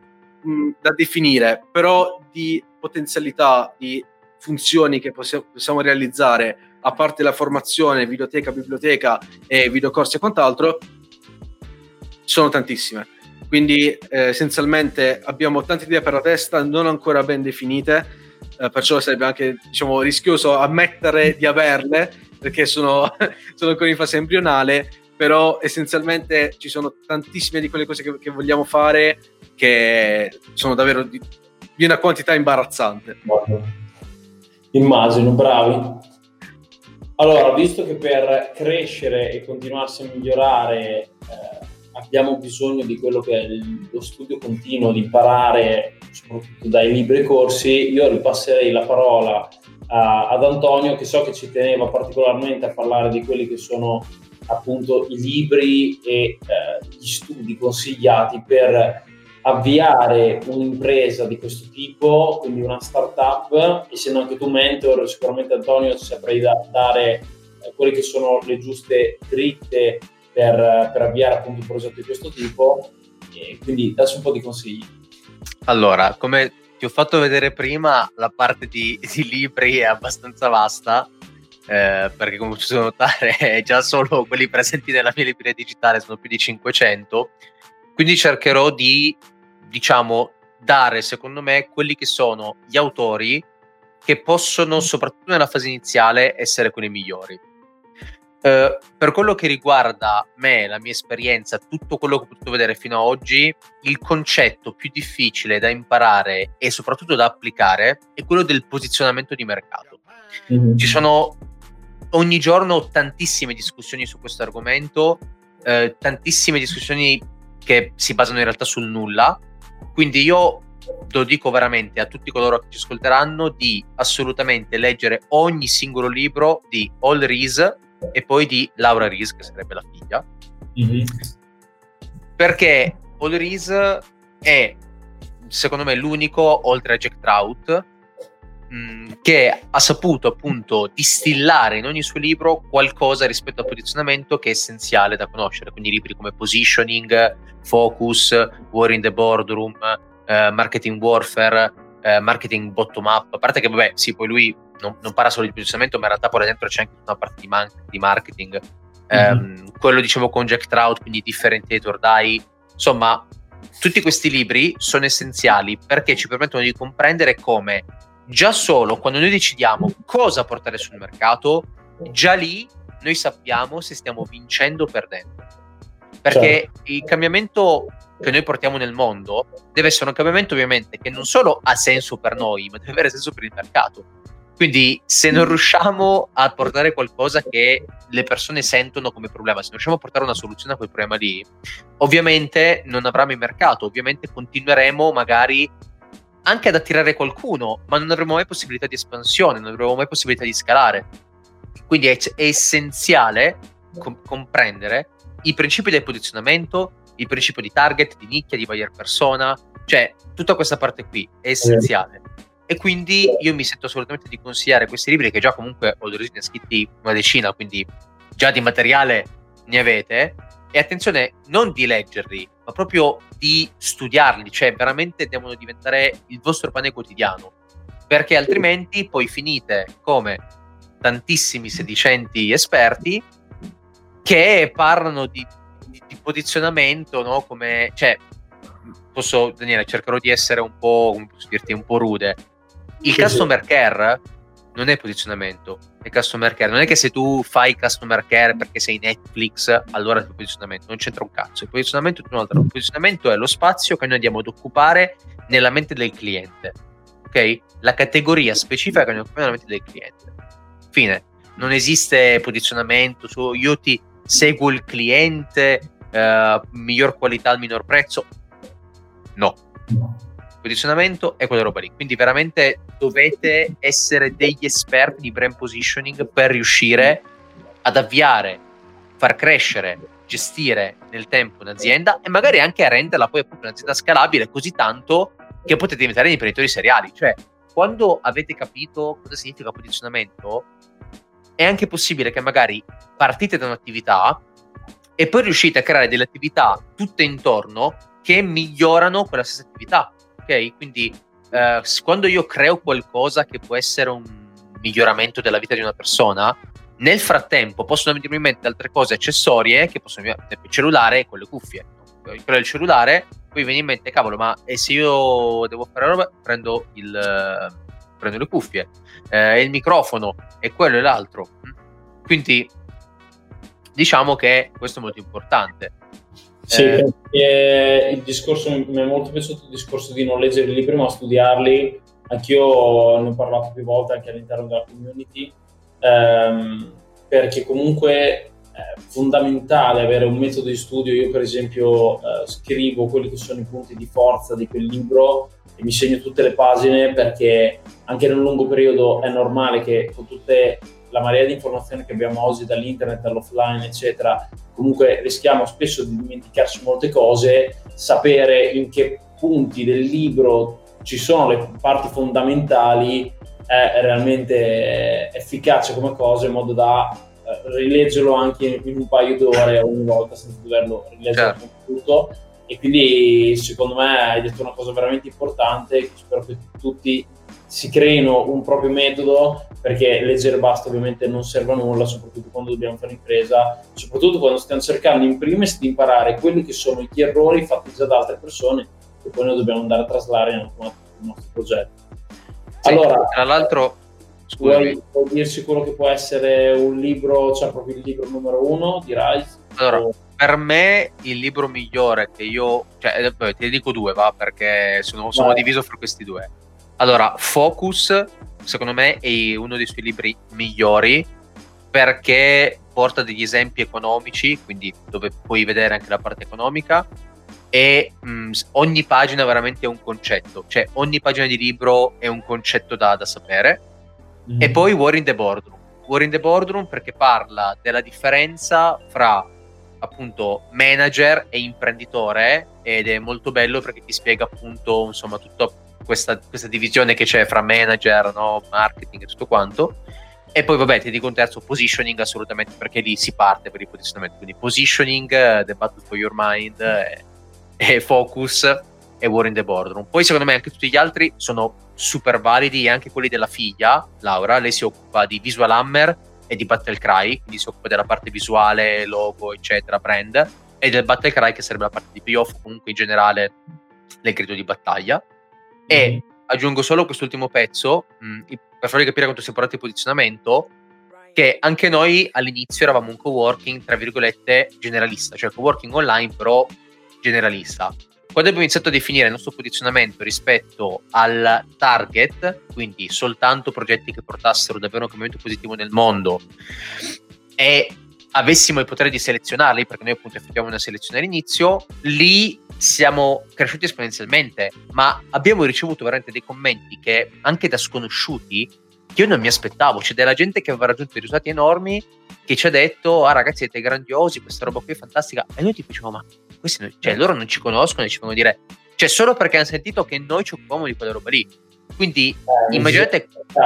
da definire, però di potenzialità, di funzioni che possiamo, possiamo realizzare, a parte la formazione, videoteca, biblioteca e videocorsi e quant'altro, sono tantissime. Quindi eh, essenzialmente abbiamo tante idee per la testa, non ancora ben definite, eh, perciò sarebbe anche, diciamo, rischioso ammettere di averle, perché sono, sono ancora in fase embrionale, però essenzialmente ci sono tantissime di quelle cose che, che vogliamo fare che sono davvero di, di una quantità imbarazzante. Immagino, bravi. Allora, visto che per crescere e continuarsi a migliorare eh, abbiamo bisogno di quello che è lo studio continuo, di imparare soprattutto dai libri e corsi, io ripasserei la parola a, ad Antonio, che so che ci teneva particolarmente a parlare di quelli che sono appunto i libri e eh, gli studi consigliati per avviare un'impresa di questo tipo, quindi una startup. Essendo anche tu mentor, sicuramente Antonio ci saprai da, dare eh, quelle che sono le giuste dritte per, per avviare appunto un progetto di questo tipo, e quindi dacci un po' di consigli. Allora, come ti ho fatto vedere prima, la parte di, di libri è abbastanza vasta, eh, perché come ci sono notare già solo quelli presenti nella mia libreria digitale sono più di cinquecento. Quindi cercherò di, diciamo, dare, secondo me, quelli che sono gli autori che possono, soprattutto nella fase iniziale, essere quelli migliori. Uh, per quello che riguarda me, la mia esperienza, tutto quello che ho potuto vedere fino ad oggi, il concetto più difficile da imparare e soprattutto da applicare è quello del posizionamento di mercato. Mm-hmm. Ci sono ogni giorno tantissime discussioni su questo argomento, eh, tantissime discussioni che si basano in realtà sul nulla, quindi io lo dico veramente a tutti coloro che ci ascolteranno di assolutamente leggere ogni singolo libro di All Ries e poi di Laura Ries, che sarebbe la figlia, mm-hmm. perché All Ries è secondo me l'unico, oltre a Jack Trout, mh, che ha saputo appunto distillare in ogni suo libro qualcosa rispetto al posizionamento che è essenziale da conoscere, quindi libri come Positioning, Focus, War in the Boardroom, eh, Marketing Warfare, eh, Marketing Bottom Up, a parte che vabbè sì, poi lui non, non parla solo di posizionamento, ma in realtà poi dentro c'è anche una parte di, man- di marketing, mm-hmm. um, quello dicevo con Jack Trout, quindi Differentiator Die, insomma tutti questi libri sono essenziali perché ci permettono di comprendere come già solo quando noi decidiamo cosa portare sul mercato, già lì noi sappiamo se stiamo vincendo o perdendo, perché certo. il cambiamento che noi portiamo nel mondo deve essere un cambiamento ovviamente che non solo ha senso per noi, ma deve avere senso per il mercato. Quindi se non riusciamo a portare qualcosa che le persone sentono come problema, se non riusciamo a portare una soluzione a quel problema lì, ovviamente non avrà mai mercato, ovviamente continueremo magari anche ad attirare qualcuno, ma non avremo mai possibilità di espansione, non avremo mai possibilità di scalare. Quindi è, è essenziale com- comprendere i principi del posizionamento, il principio di target, di nicchia, di buyer persona, cioè tutta questa parte qui è essenziale. E quindi io mi sento assolutamente di consigliare questi libri, che già comunque ho ne scritti una decina, quindi già di materiale ne avete. E attenzione, non di leggerli, ma proprio di studiarli, cioè veramente devono diventare il vostro pane quotidiano, perché altrimenti poi finite come tantissimi sedicenti esperti che parlano di, di, di posizionamento, no? Come, cioè, posso, Daniele, cercherò di essere un po', come posso dirti, un po' rude. Il customer care non è posizionamento, è customer care. Non è che se tu fai customer care perché sei Netflix, allora è il posizionamento. Non c'entra un cazzo. Il posizionamento è un altro. Il posizionamento è lo spazio che noi andiamo ad occupare nella mente del cliente. Ok? La categoria specifica che noi occupiamo nella mente del cliente. Fine. Non esiste posizionamento su io ti seguo il cliente, eh, miglior qualità al minor prezzo. No. Posizionamento è quella roba lì, quindi veramente dovete essere degli esperti di brand positioning per riuscire ad avviare, far crescere, gestire nel tempo un'azienda e magari anche a renderla poi appunto un'azienda scalabile così tanto che potete diventare imprenditori seriali. Cioè, quando avete capito cosa significa posizionamento, è anche possibile che magari partite da un'attività e poi riuscite a creare delle attività tutte intorno che migliorano quella stessa attività. Ok, quindi eh, quando io creo qualcosa che può essere un miglioramento della vita di una persona, nel frattempo possono venirmi in mente altre cose accessorie che possono, ad esempio il cellulare con le cuffie. Quello del cellulare, poi viene in mente, cavolo, ma e se io devo fare roba, prendo il prendo le cuffie, eh, il microfono e quello e l'altro. Quindi diciamo che questo è molto importante. Sì, eh, perché il discorso mi è molto piaciuto, il discorso di non leggere i libri ma studiarli. Anch'io ne ho parlato più volte anche all'interno della community, ehm, perché comunque è fondamentale avere un metodo di studio. Io per esempio eh, scrivo quelli che sono i punti di forza di quel libro e mi segno tutte le pagine, perché anche nel lungo periodo è normale che con tutte la marea di informazioni che abbiamo oggi dall'internet, dall'offline eccetera, comunque rischiamo spesso di dimenticarci molte cose. Sapere in che punti del libro ci sono le parti fondamentali è realmente efficace come cosa, in modo da rileggerlo anche in un paio d'ore ogni volta senza doverlo rileggere certo. tutto. E quindi secondo me hai detto una cosa veramente importante, spero che tutti si creino un proprio metodo, perché leggere basta ovviamente non serve a nulla, soprattutto quando dobbiamo fare impresa, soprattutto quando stiamo cercando in primis di imparare quelli che sono gli errori fatti già da altre persone e poi noi dobbiamo andare a traslare nel nostro progetto. Sì, allora, tra l'altro, Vuoi, vuoi dirci quello che può essere un libro, cioè proprio il libro numero uno di Rise? Allora, o... per me il libro migliore che io, cioè, vabbè, te ne dico due, va, perché sono, sono diviso fra questi due. Allora, Focus, secondo me, è uno dei suoi libri migliori, perché porta degli esempi economici, quindi dove puoi vedere anche la parte economica, e mh, ogni pagina veramente è un concetto, cioè ogni pagina di libro è un concetto da, da sapere. Mm. E poi War in the Boardroom. War in the Boardroom perché parla della differenza fra appunto manager e imprenditore, ed è molto bello perché ti spiega appunto insomma tutta questa, questa divisione che c'è fra manager, no, marketing e tutto quanto. E poi vabbè, ti dico un terzo, positioning, assolutamente, perché lì si parte per il posizionamento, quindi positioning, uh, The Battle for Your Mind, uh, e Focus e War in the Boardroom. Poi secondo me anche tutti gli altri sono super validi, e anche quelli della figlia Laura. Lei si occupa di Visual Hammer e di Battle Cry, quindi si occupa della parte visuale, logo eccetera, brand, e del Battle Cry che sarebbe la parte di payoff, comunque in generale del grido di battaglia. Mm-hmm. E aggiungo solo quest'ultimo pezzo mh, per farvi capire quanto sia importante il posizionamento, che anche noi all'inizio eravamo un coworking tra virgolette generalista, cioè coworking online però generalista. Quando abbiamo iniziato a definire il nostro posizionamento rispetto al target, quindi soltanto progetti che portassero davvero un cambiamento positivo nel mondo, e avessimo il potere di selezionarli, perché noi appunto effettuiamo una selezione all'inizio, lì siamo cresciuti esponenzialmente, ma abbiamo ricevuto veramente dei commenti che anche da sconosciuti che io non mi aspettavo. C'è della gente che aveva raggiunto dei risultati enormi, che ci ha detto: ah ragazzi, siete grandiosi, questa roba qui è fantastica. E noi ti diciamo: ma questi non, cioè loro non ci conoscono e ci fanno dire, cioè solo perché hanno sentito che noi ci occupiamo di quella roba lì. Quindi eh, immaginate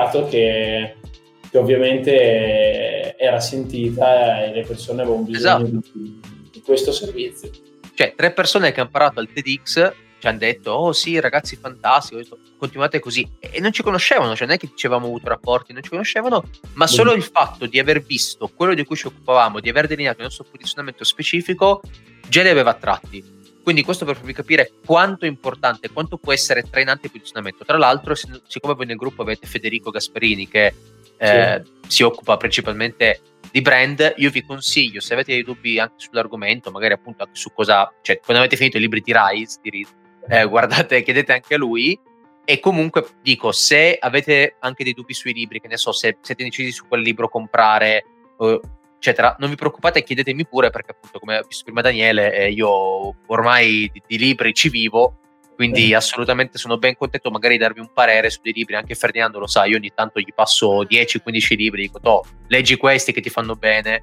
che, che ovviamente era sentita e le persone avevano bisogno esatto. di, di questo servizio. Cioè tre persone che hanno parlato al TEDx ci hanno detto: oh sì ragazzi, fantastico, detto, continuate così, e non ci conoscevano, cioè non è che dicevamo avuto rapporti, non ci conoscevano, ma solo il fatto di aver visto quello di cui ci occupavamo, di aver delineato il nostro posizionamento specifico, già li aveva attratti. Quindi questo per farvi capire quanto è importante, quanto può essere trainante il posizionamento. Tra l'altro, siccome voi nel gruppo avete Federico Gasperini che eh, sì. si occupa principalmente di brand, io vi consiglio, se avete dei dubbi anche sull'argomento, magari appunto anche su cosa, cioè quando avete finito i libri di Rise, di, eh, guardate, chiedete anche a lui. E comunque dico, se avete anche dei dubbi sui libri, che ne so, se siete decisi su quel libro comprare, eh, eccetera, non vi preoccupate, chiedetemi pure, perché appunto come ha visto prima Daniele, eh, io ormai di, di libri ci vivo, quindi eh. assolutamente sono ben contento magari di darvi un parere su dei libri. Anche Ferdinando lo sa, io ogni tanto gli passo dieci quindici libri, dico: toh, leggi questi che ti fanno bene.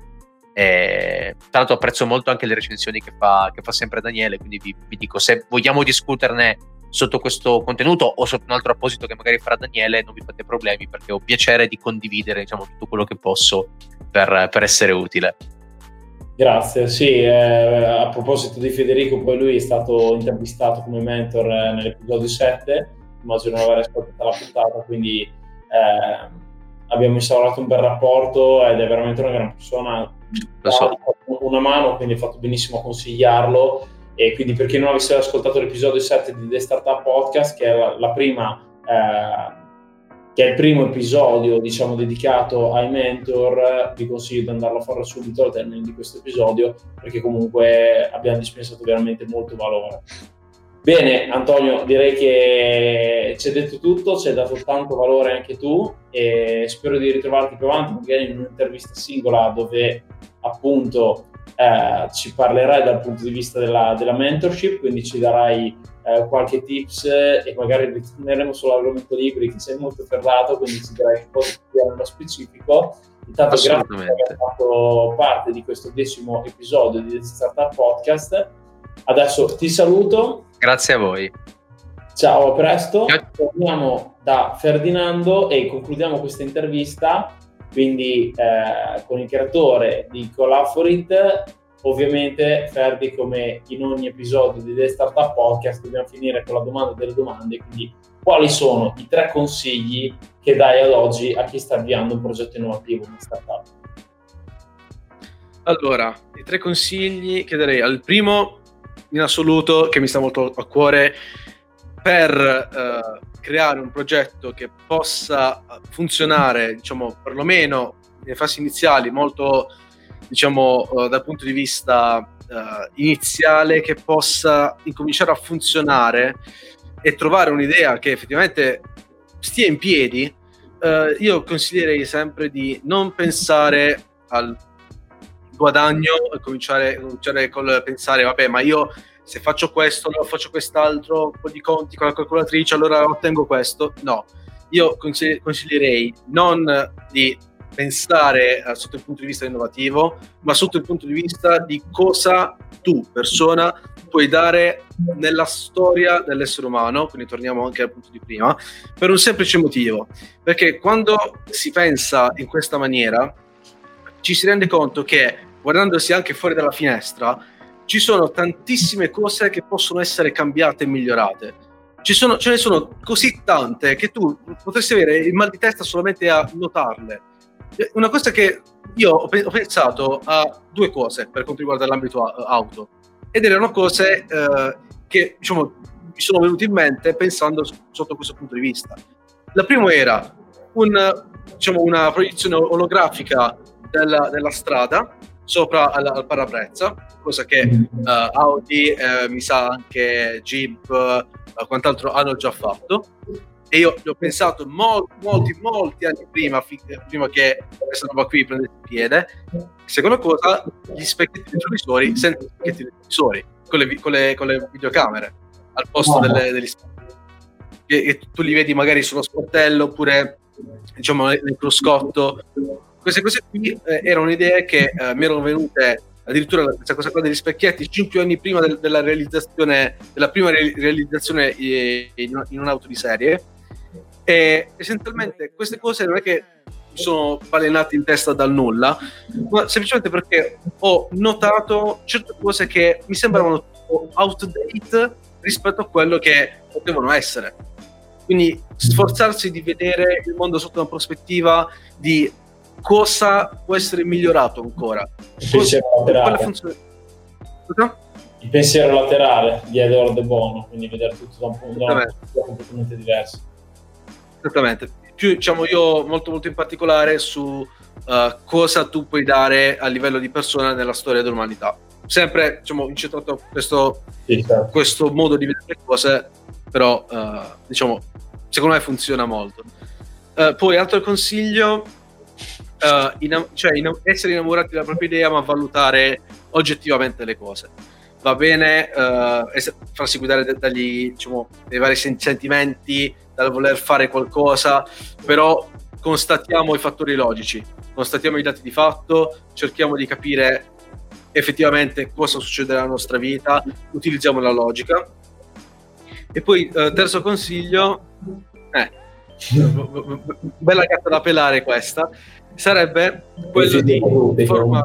E, tra l'altro apprezzo molto anche le recensioni che fa, che fa sempre Daniele, quindi vi, vi dico, se vogliamo discuterne sotto questo contenuto o sotto un altro apposito che magari farà Daniele, non vi fate problemi, perché ho piacere di condividere, diciamo, tutto quello che posso per, per essere utile. Grazie, sì, eh, a proposito di Federico, poi lui è stato intervistato come mentor eh, nell'episodio sette, immagino non aver ascoltato la puntata, quindi eh, abbiamo instaurato un bel rapporto ed è veramente una gran persona, lo so. Una mano, quindi ha fatto benissimo a consigliarlo. E quindi per chi non avesse ascoltato l'episodio sette di The Startup Podcast, che è la, la prima eh, che è il primo episodio, diciamo, dedicato ai mentor, vi consiglio di andarlo a fare subito al termine di questo episodio, perché comunque abbiamo dispensato veramente molto valore. Bene Antonio, direi che ci hai detto tutto, ci hai dato tanto valore anche tu, e spero di ritrovarti più avanti, magari in un'intervista singola dove appunto Eh, ci parlerai dal punto di vista della, della mentorship, quindi ci darai eh, qualche tips eh, e magari ritorneremo sull'argomento libri, che sei molto ferrato, quindi ci darai un po' di più nello specifico. Intanto grazie per aver fatto parte di questo decimo episodio di The Startup Podcast. Adesso ti saluto. Grazie a voi. Ciao, a presto. Torniamo da Ferdinando e concludiamo questa intervista. Quindi eh, con il creatore di Collab for It, ovviamente Ferdi, come in ogni episodio di The Startup Podcast, dobbiamo finire con la domanda delle domande, quindi quali sono i tre consigli che dai ad oggi a chi sta avviando un progetto innovativo, una startup? Allora, i tre consigli che darei: al primo in assoluto, che mi sta molto a cuore, per eh, creare un progetto che possa funzionare, diciamo, perlomeno nelle fasi iniziali, molto, diciamo, uh, dal punto di vista uh, iniziale, che possa incominciare a funzionare e trovare un'idea che effettivamente stia in piedi, uh, io consiglierei sempre di non pensare al guadagno e cominciare, cominciare col pensare, vabbè, ma io se faccio questo, allora faccio quest'altro, un po' di conti con la calcolatrice, allora ottengo questo. No, io consiglierei non di pensare uh, sotto il punto di vista innovativo, ma sotto il punto di vista di cosa tu, persona, puoi dare nella storia dell'essere umano, quindi torniamo anche al punto di prima, per un semplice motivo, perché quando si pensa in questa maniera ci si rende conto che, guardandosi anche fuori dalla finestra, ci sono tantissime cose che possono essere cambiate e migliorate. Ci sono, ce ne sono così tante che tu potresti avere il mal di testa solamente a notarle. Una cosa che io ho, pe- ho pensato a due cose per quanto riguarda l'ambito a- auto, ed erano cose eh, che, diciamo, mi sono venute in mente pensando s- sotto questo punto di vista. La prima era un, diciamo, una proiezione olografica della, della strada sopra al, al parabrezza, cosa che uh, Audi, eh, mi sa anche Jeep, uh, quant'altro hanno già fatto, e io l'ho pensato molti, molti, molti anni prima, fi- prima che questa roba qui prendesse piede. Seconda cosa, gli specchietti retrovisori senza specchietti retrovisori, con le, con le, con le videocamere, al posto delle, degli specchietti. E, e tu li vedi magari sullo sportello, oppure, diciamo, nel cruscotto. Queste cose qui eh, erano idee che eh, mi erano venute, addirittura questa cosa qua degli specchietti, cinque anni prima del, della realizzazione, della prima re- realizzazione in, in un'auto di serie. E essenzialmente queste cose non è che mi sono balenate in testa dal nulla, ma semplicemente perché ho notato certe cose che mi sembravano outdated rispetto a quello che potevano essere. Quindi sforzarsi di vedere il mondo sotto una prospettiva di cosa può essere migliorato ancora. Il pensiero laterale. Funzione... Cosa? Il pensiero laterale di Edward De Bono, quindi vedere tutto da un punto di vista completamente diverso. Esattamente. Più, diciamo, io molto molto in particolare su uh, cosa tu puoi dare a livello di persona nella storia dell'umanità. Sempre, diciamo, incentrato questo, sì, certo. questo modo di vedere le cose, però uh, diciamo, secondo me funziona molto. Uh, poi altro consiglio, uh, in, cioè in, essere innamorati della propria idea, ma valutare oggettivamente le cose. Va bene uh, farsi guidare dagli, diciamo, dai vari sentimenti, dal voler fare qualcosa, però constatiamo i fattori logici, constatiamo i dati di fatto, cerchiamo di capire effettivamente cosa succede nella nostra vita, utilizziamo la logica. E poi uh, terzo consiglio, eh, bella gatta da pelare questa, sarebbe quello di formare.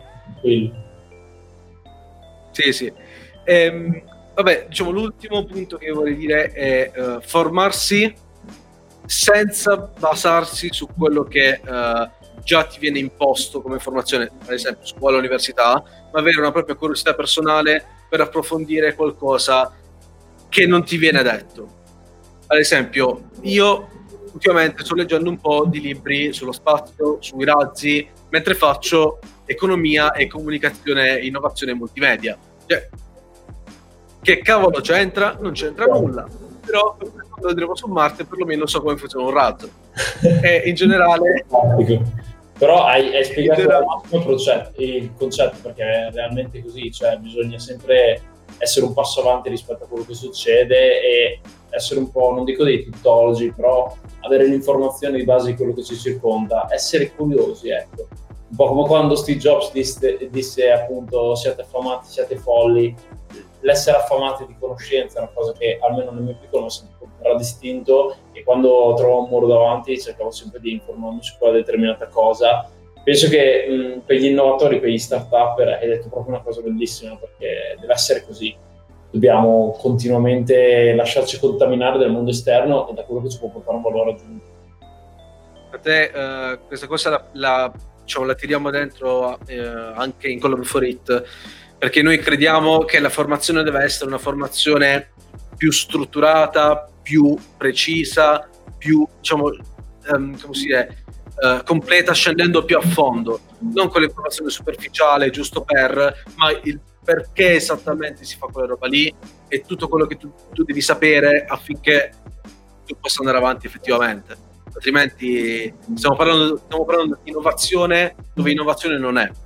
Sì, sì. Ehm, vabbè, diciamo, l'ultimo punto che vorrei dire è uh, formarsi senza basarsi su quello che uh, già ti viene imposto come formazione, ad esempio scuola, università, ma avere una propria curiosità personale per approfondire qualcosa che non ti viene detto. Ad esempio, io ultimamente sto leggendo un po' di libri sullo spazio, sui razzi, mentre faccio economia e comunicazione, innovazione e multimedia. Cioè, che cavolo c'entra? Non c'entra nulla, però quando andremo su Marte perlomeno so come funziona un razzo. E in generale, però hai, hai spiegato generale... il concetto, il concetto, perché è realmente così, cioè bisogna sempre essere un passo avanti rispetto a quello che succede e essere un po', non dico dei tuttologi, però avere l'informazione di base di quello che ci circonda, essere curiosi, ecco. Un po' come quando Steve Jobs disse, disse appunto siate affamati, siate folli. L'essere affamati di conoscenza è una cosa che almeno nel mio piccolo ho sempre contraddistinto, e quando trovo un muro davanti cercavo sempre di informarmi su quella determinata cosa. Penso che mh, per gli innovatori, per gli start-upper, hai detto proprio una cosa bellissima, perché deve essere così. Dobbiamo continuamente lasciarci contaminare dal mondo esterno e da quello che ci può portare un valore aggiunto. Per te uh, questa cosa la, la, diciamo, la tiriamo dentro uh, anche in Color for It, perché noi crediamo che la formazione deve essere una formazione più strutturata, più precisa, più, diciamo, um, come si dice, uh, completa, scendendo più a fondo, non con l'informazione superficiale giusto per, ma il perché esattamente si fa quella roba lì e tutto quello che tu, tu devi sapere affinché tu possa andare avanti effettivamente. Altrimenti stiamo parlando, stiamo parlando di innovazione dove innovazione non è.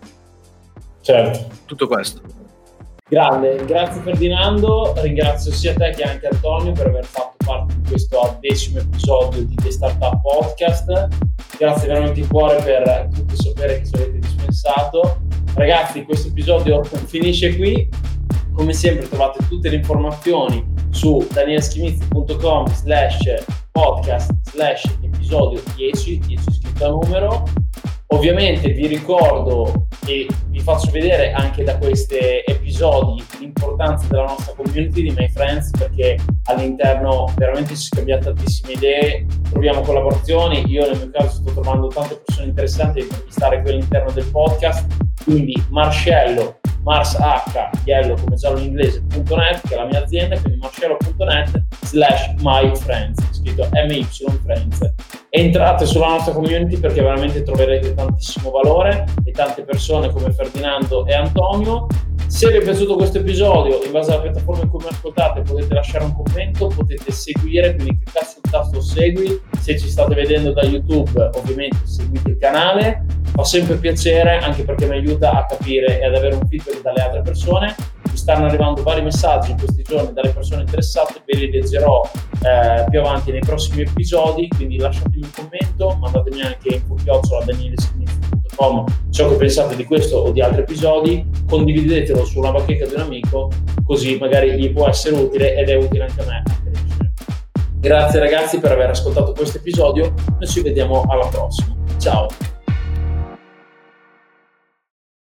Certo. Tutto questo. Grande, grazie Ferdinando, ringrazio sia te che anche Antonio per aver fatto parte di questo decimo episodio di The Startup Podcast. Grazie veramente di cuore per tutto il sapere che ci avete dispensato. Ragazzi, questo episodio finisce qui. Come sempre trovate tutte le informazioni su danieleschimizzi.com slash podcast slash episodio dieci, dieci scritto a numero. Ovviamente vi ricordo e vi faccio vedere anche da questi episodi l'importanza della nostra community di My Friends, perché all'interno veramente si scambia tantissime idee, troviamo collaborazioni. Io nel mio caso sto trovando tante persone interessanti da intervistare qui all'interno del podcast, quindi Marcello, Mars H, Yellow come giallo in inglese, punto net, che è la mia azienda, quindi marcello.net slash my friends, scritto M Y Friends. Entrate sulla nostra community perché veramente troverete tantissimo valore e tante persone come Ferdinando e Antonio. Se vi è piaciuto questo episodio, in base alla piattaforma in cui mi ascoltate potete lasciare un commento, potete seguire, quindi cliccate sul tasto segui. Se ci state vedendo da YouTube, ovviamente seguite il canale, fa sempre piacere anche perché mi aiuta a capire e ad avere un feedback dalle altre persone. Mi stanno arrivando vari messaggi in questi giorni dalle persone interessate, ve li leggerò eh, più avanti nei prossimi episodi, quindi lasciatemi un commento, mandatemi anche info chiocciola danieleschimizzi punto com ciò che pensate di questo o di altri episodi, condividetelo sulla bacheca di un amico, così magari gli può essere utile ed è utile anche a me a crescere. Grazie ragazzi per aver ascoltato questo episodio, noi ci vediamo alla prossima, ciao!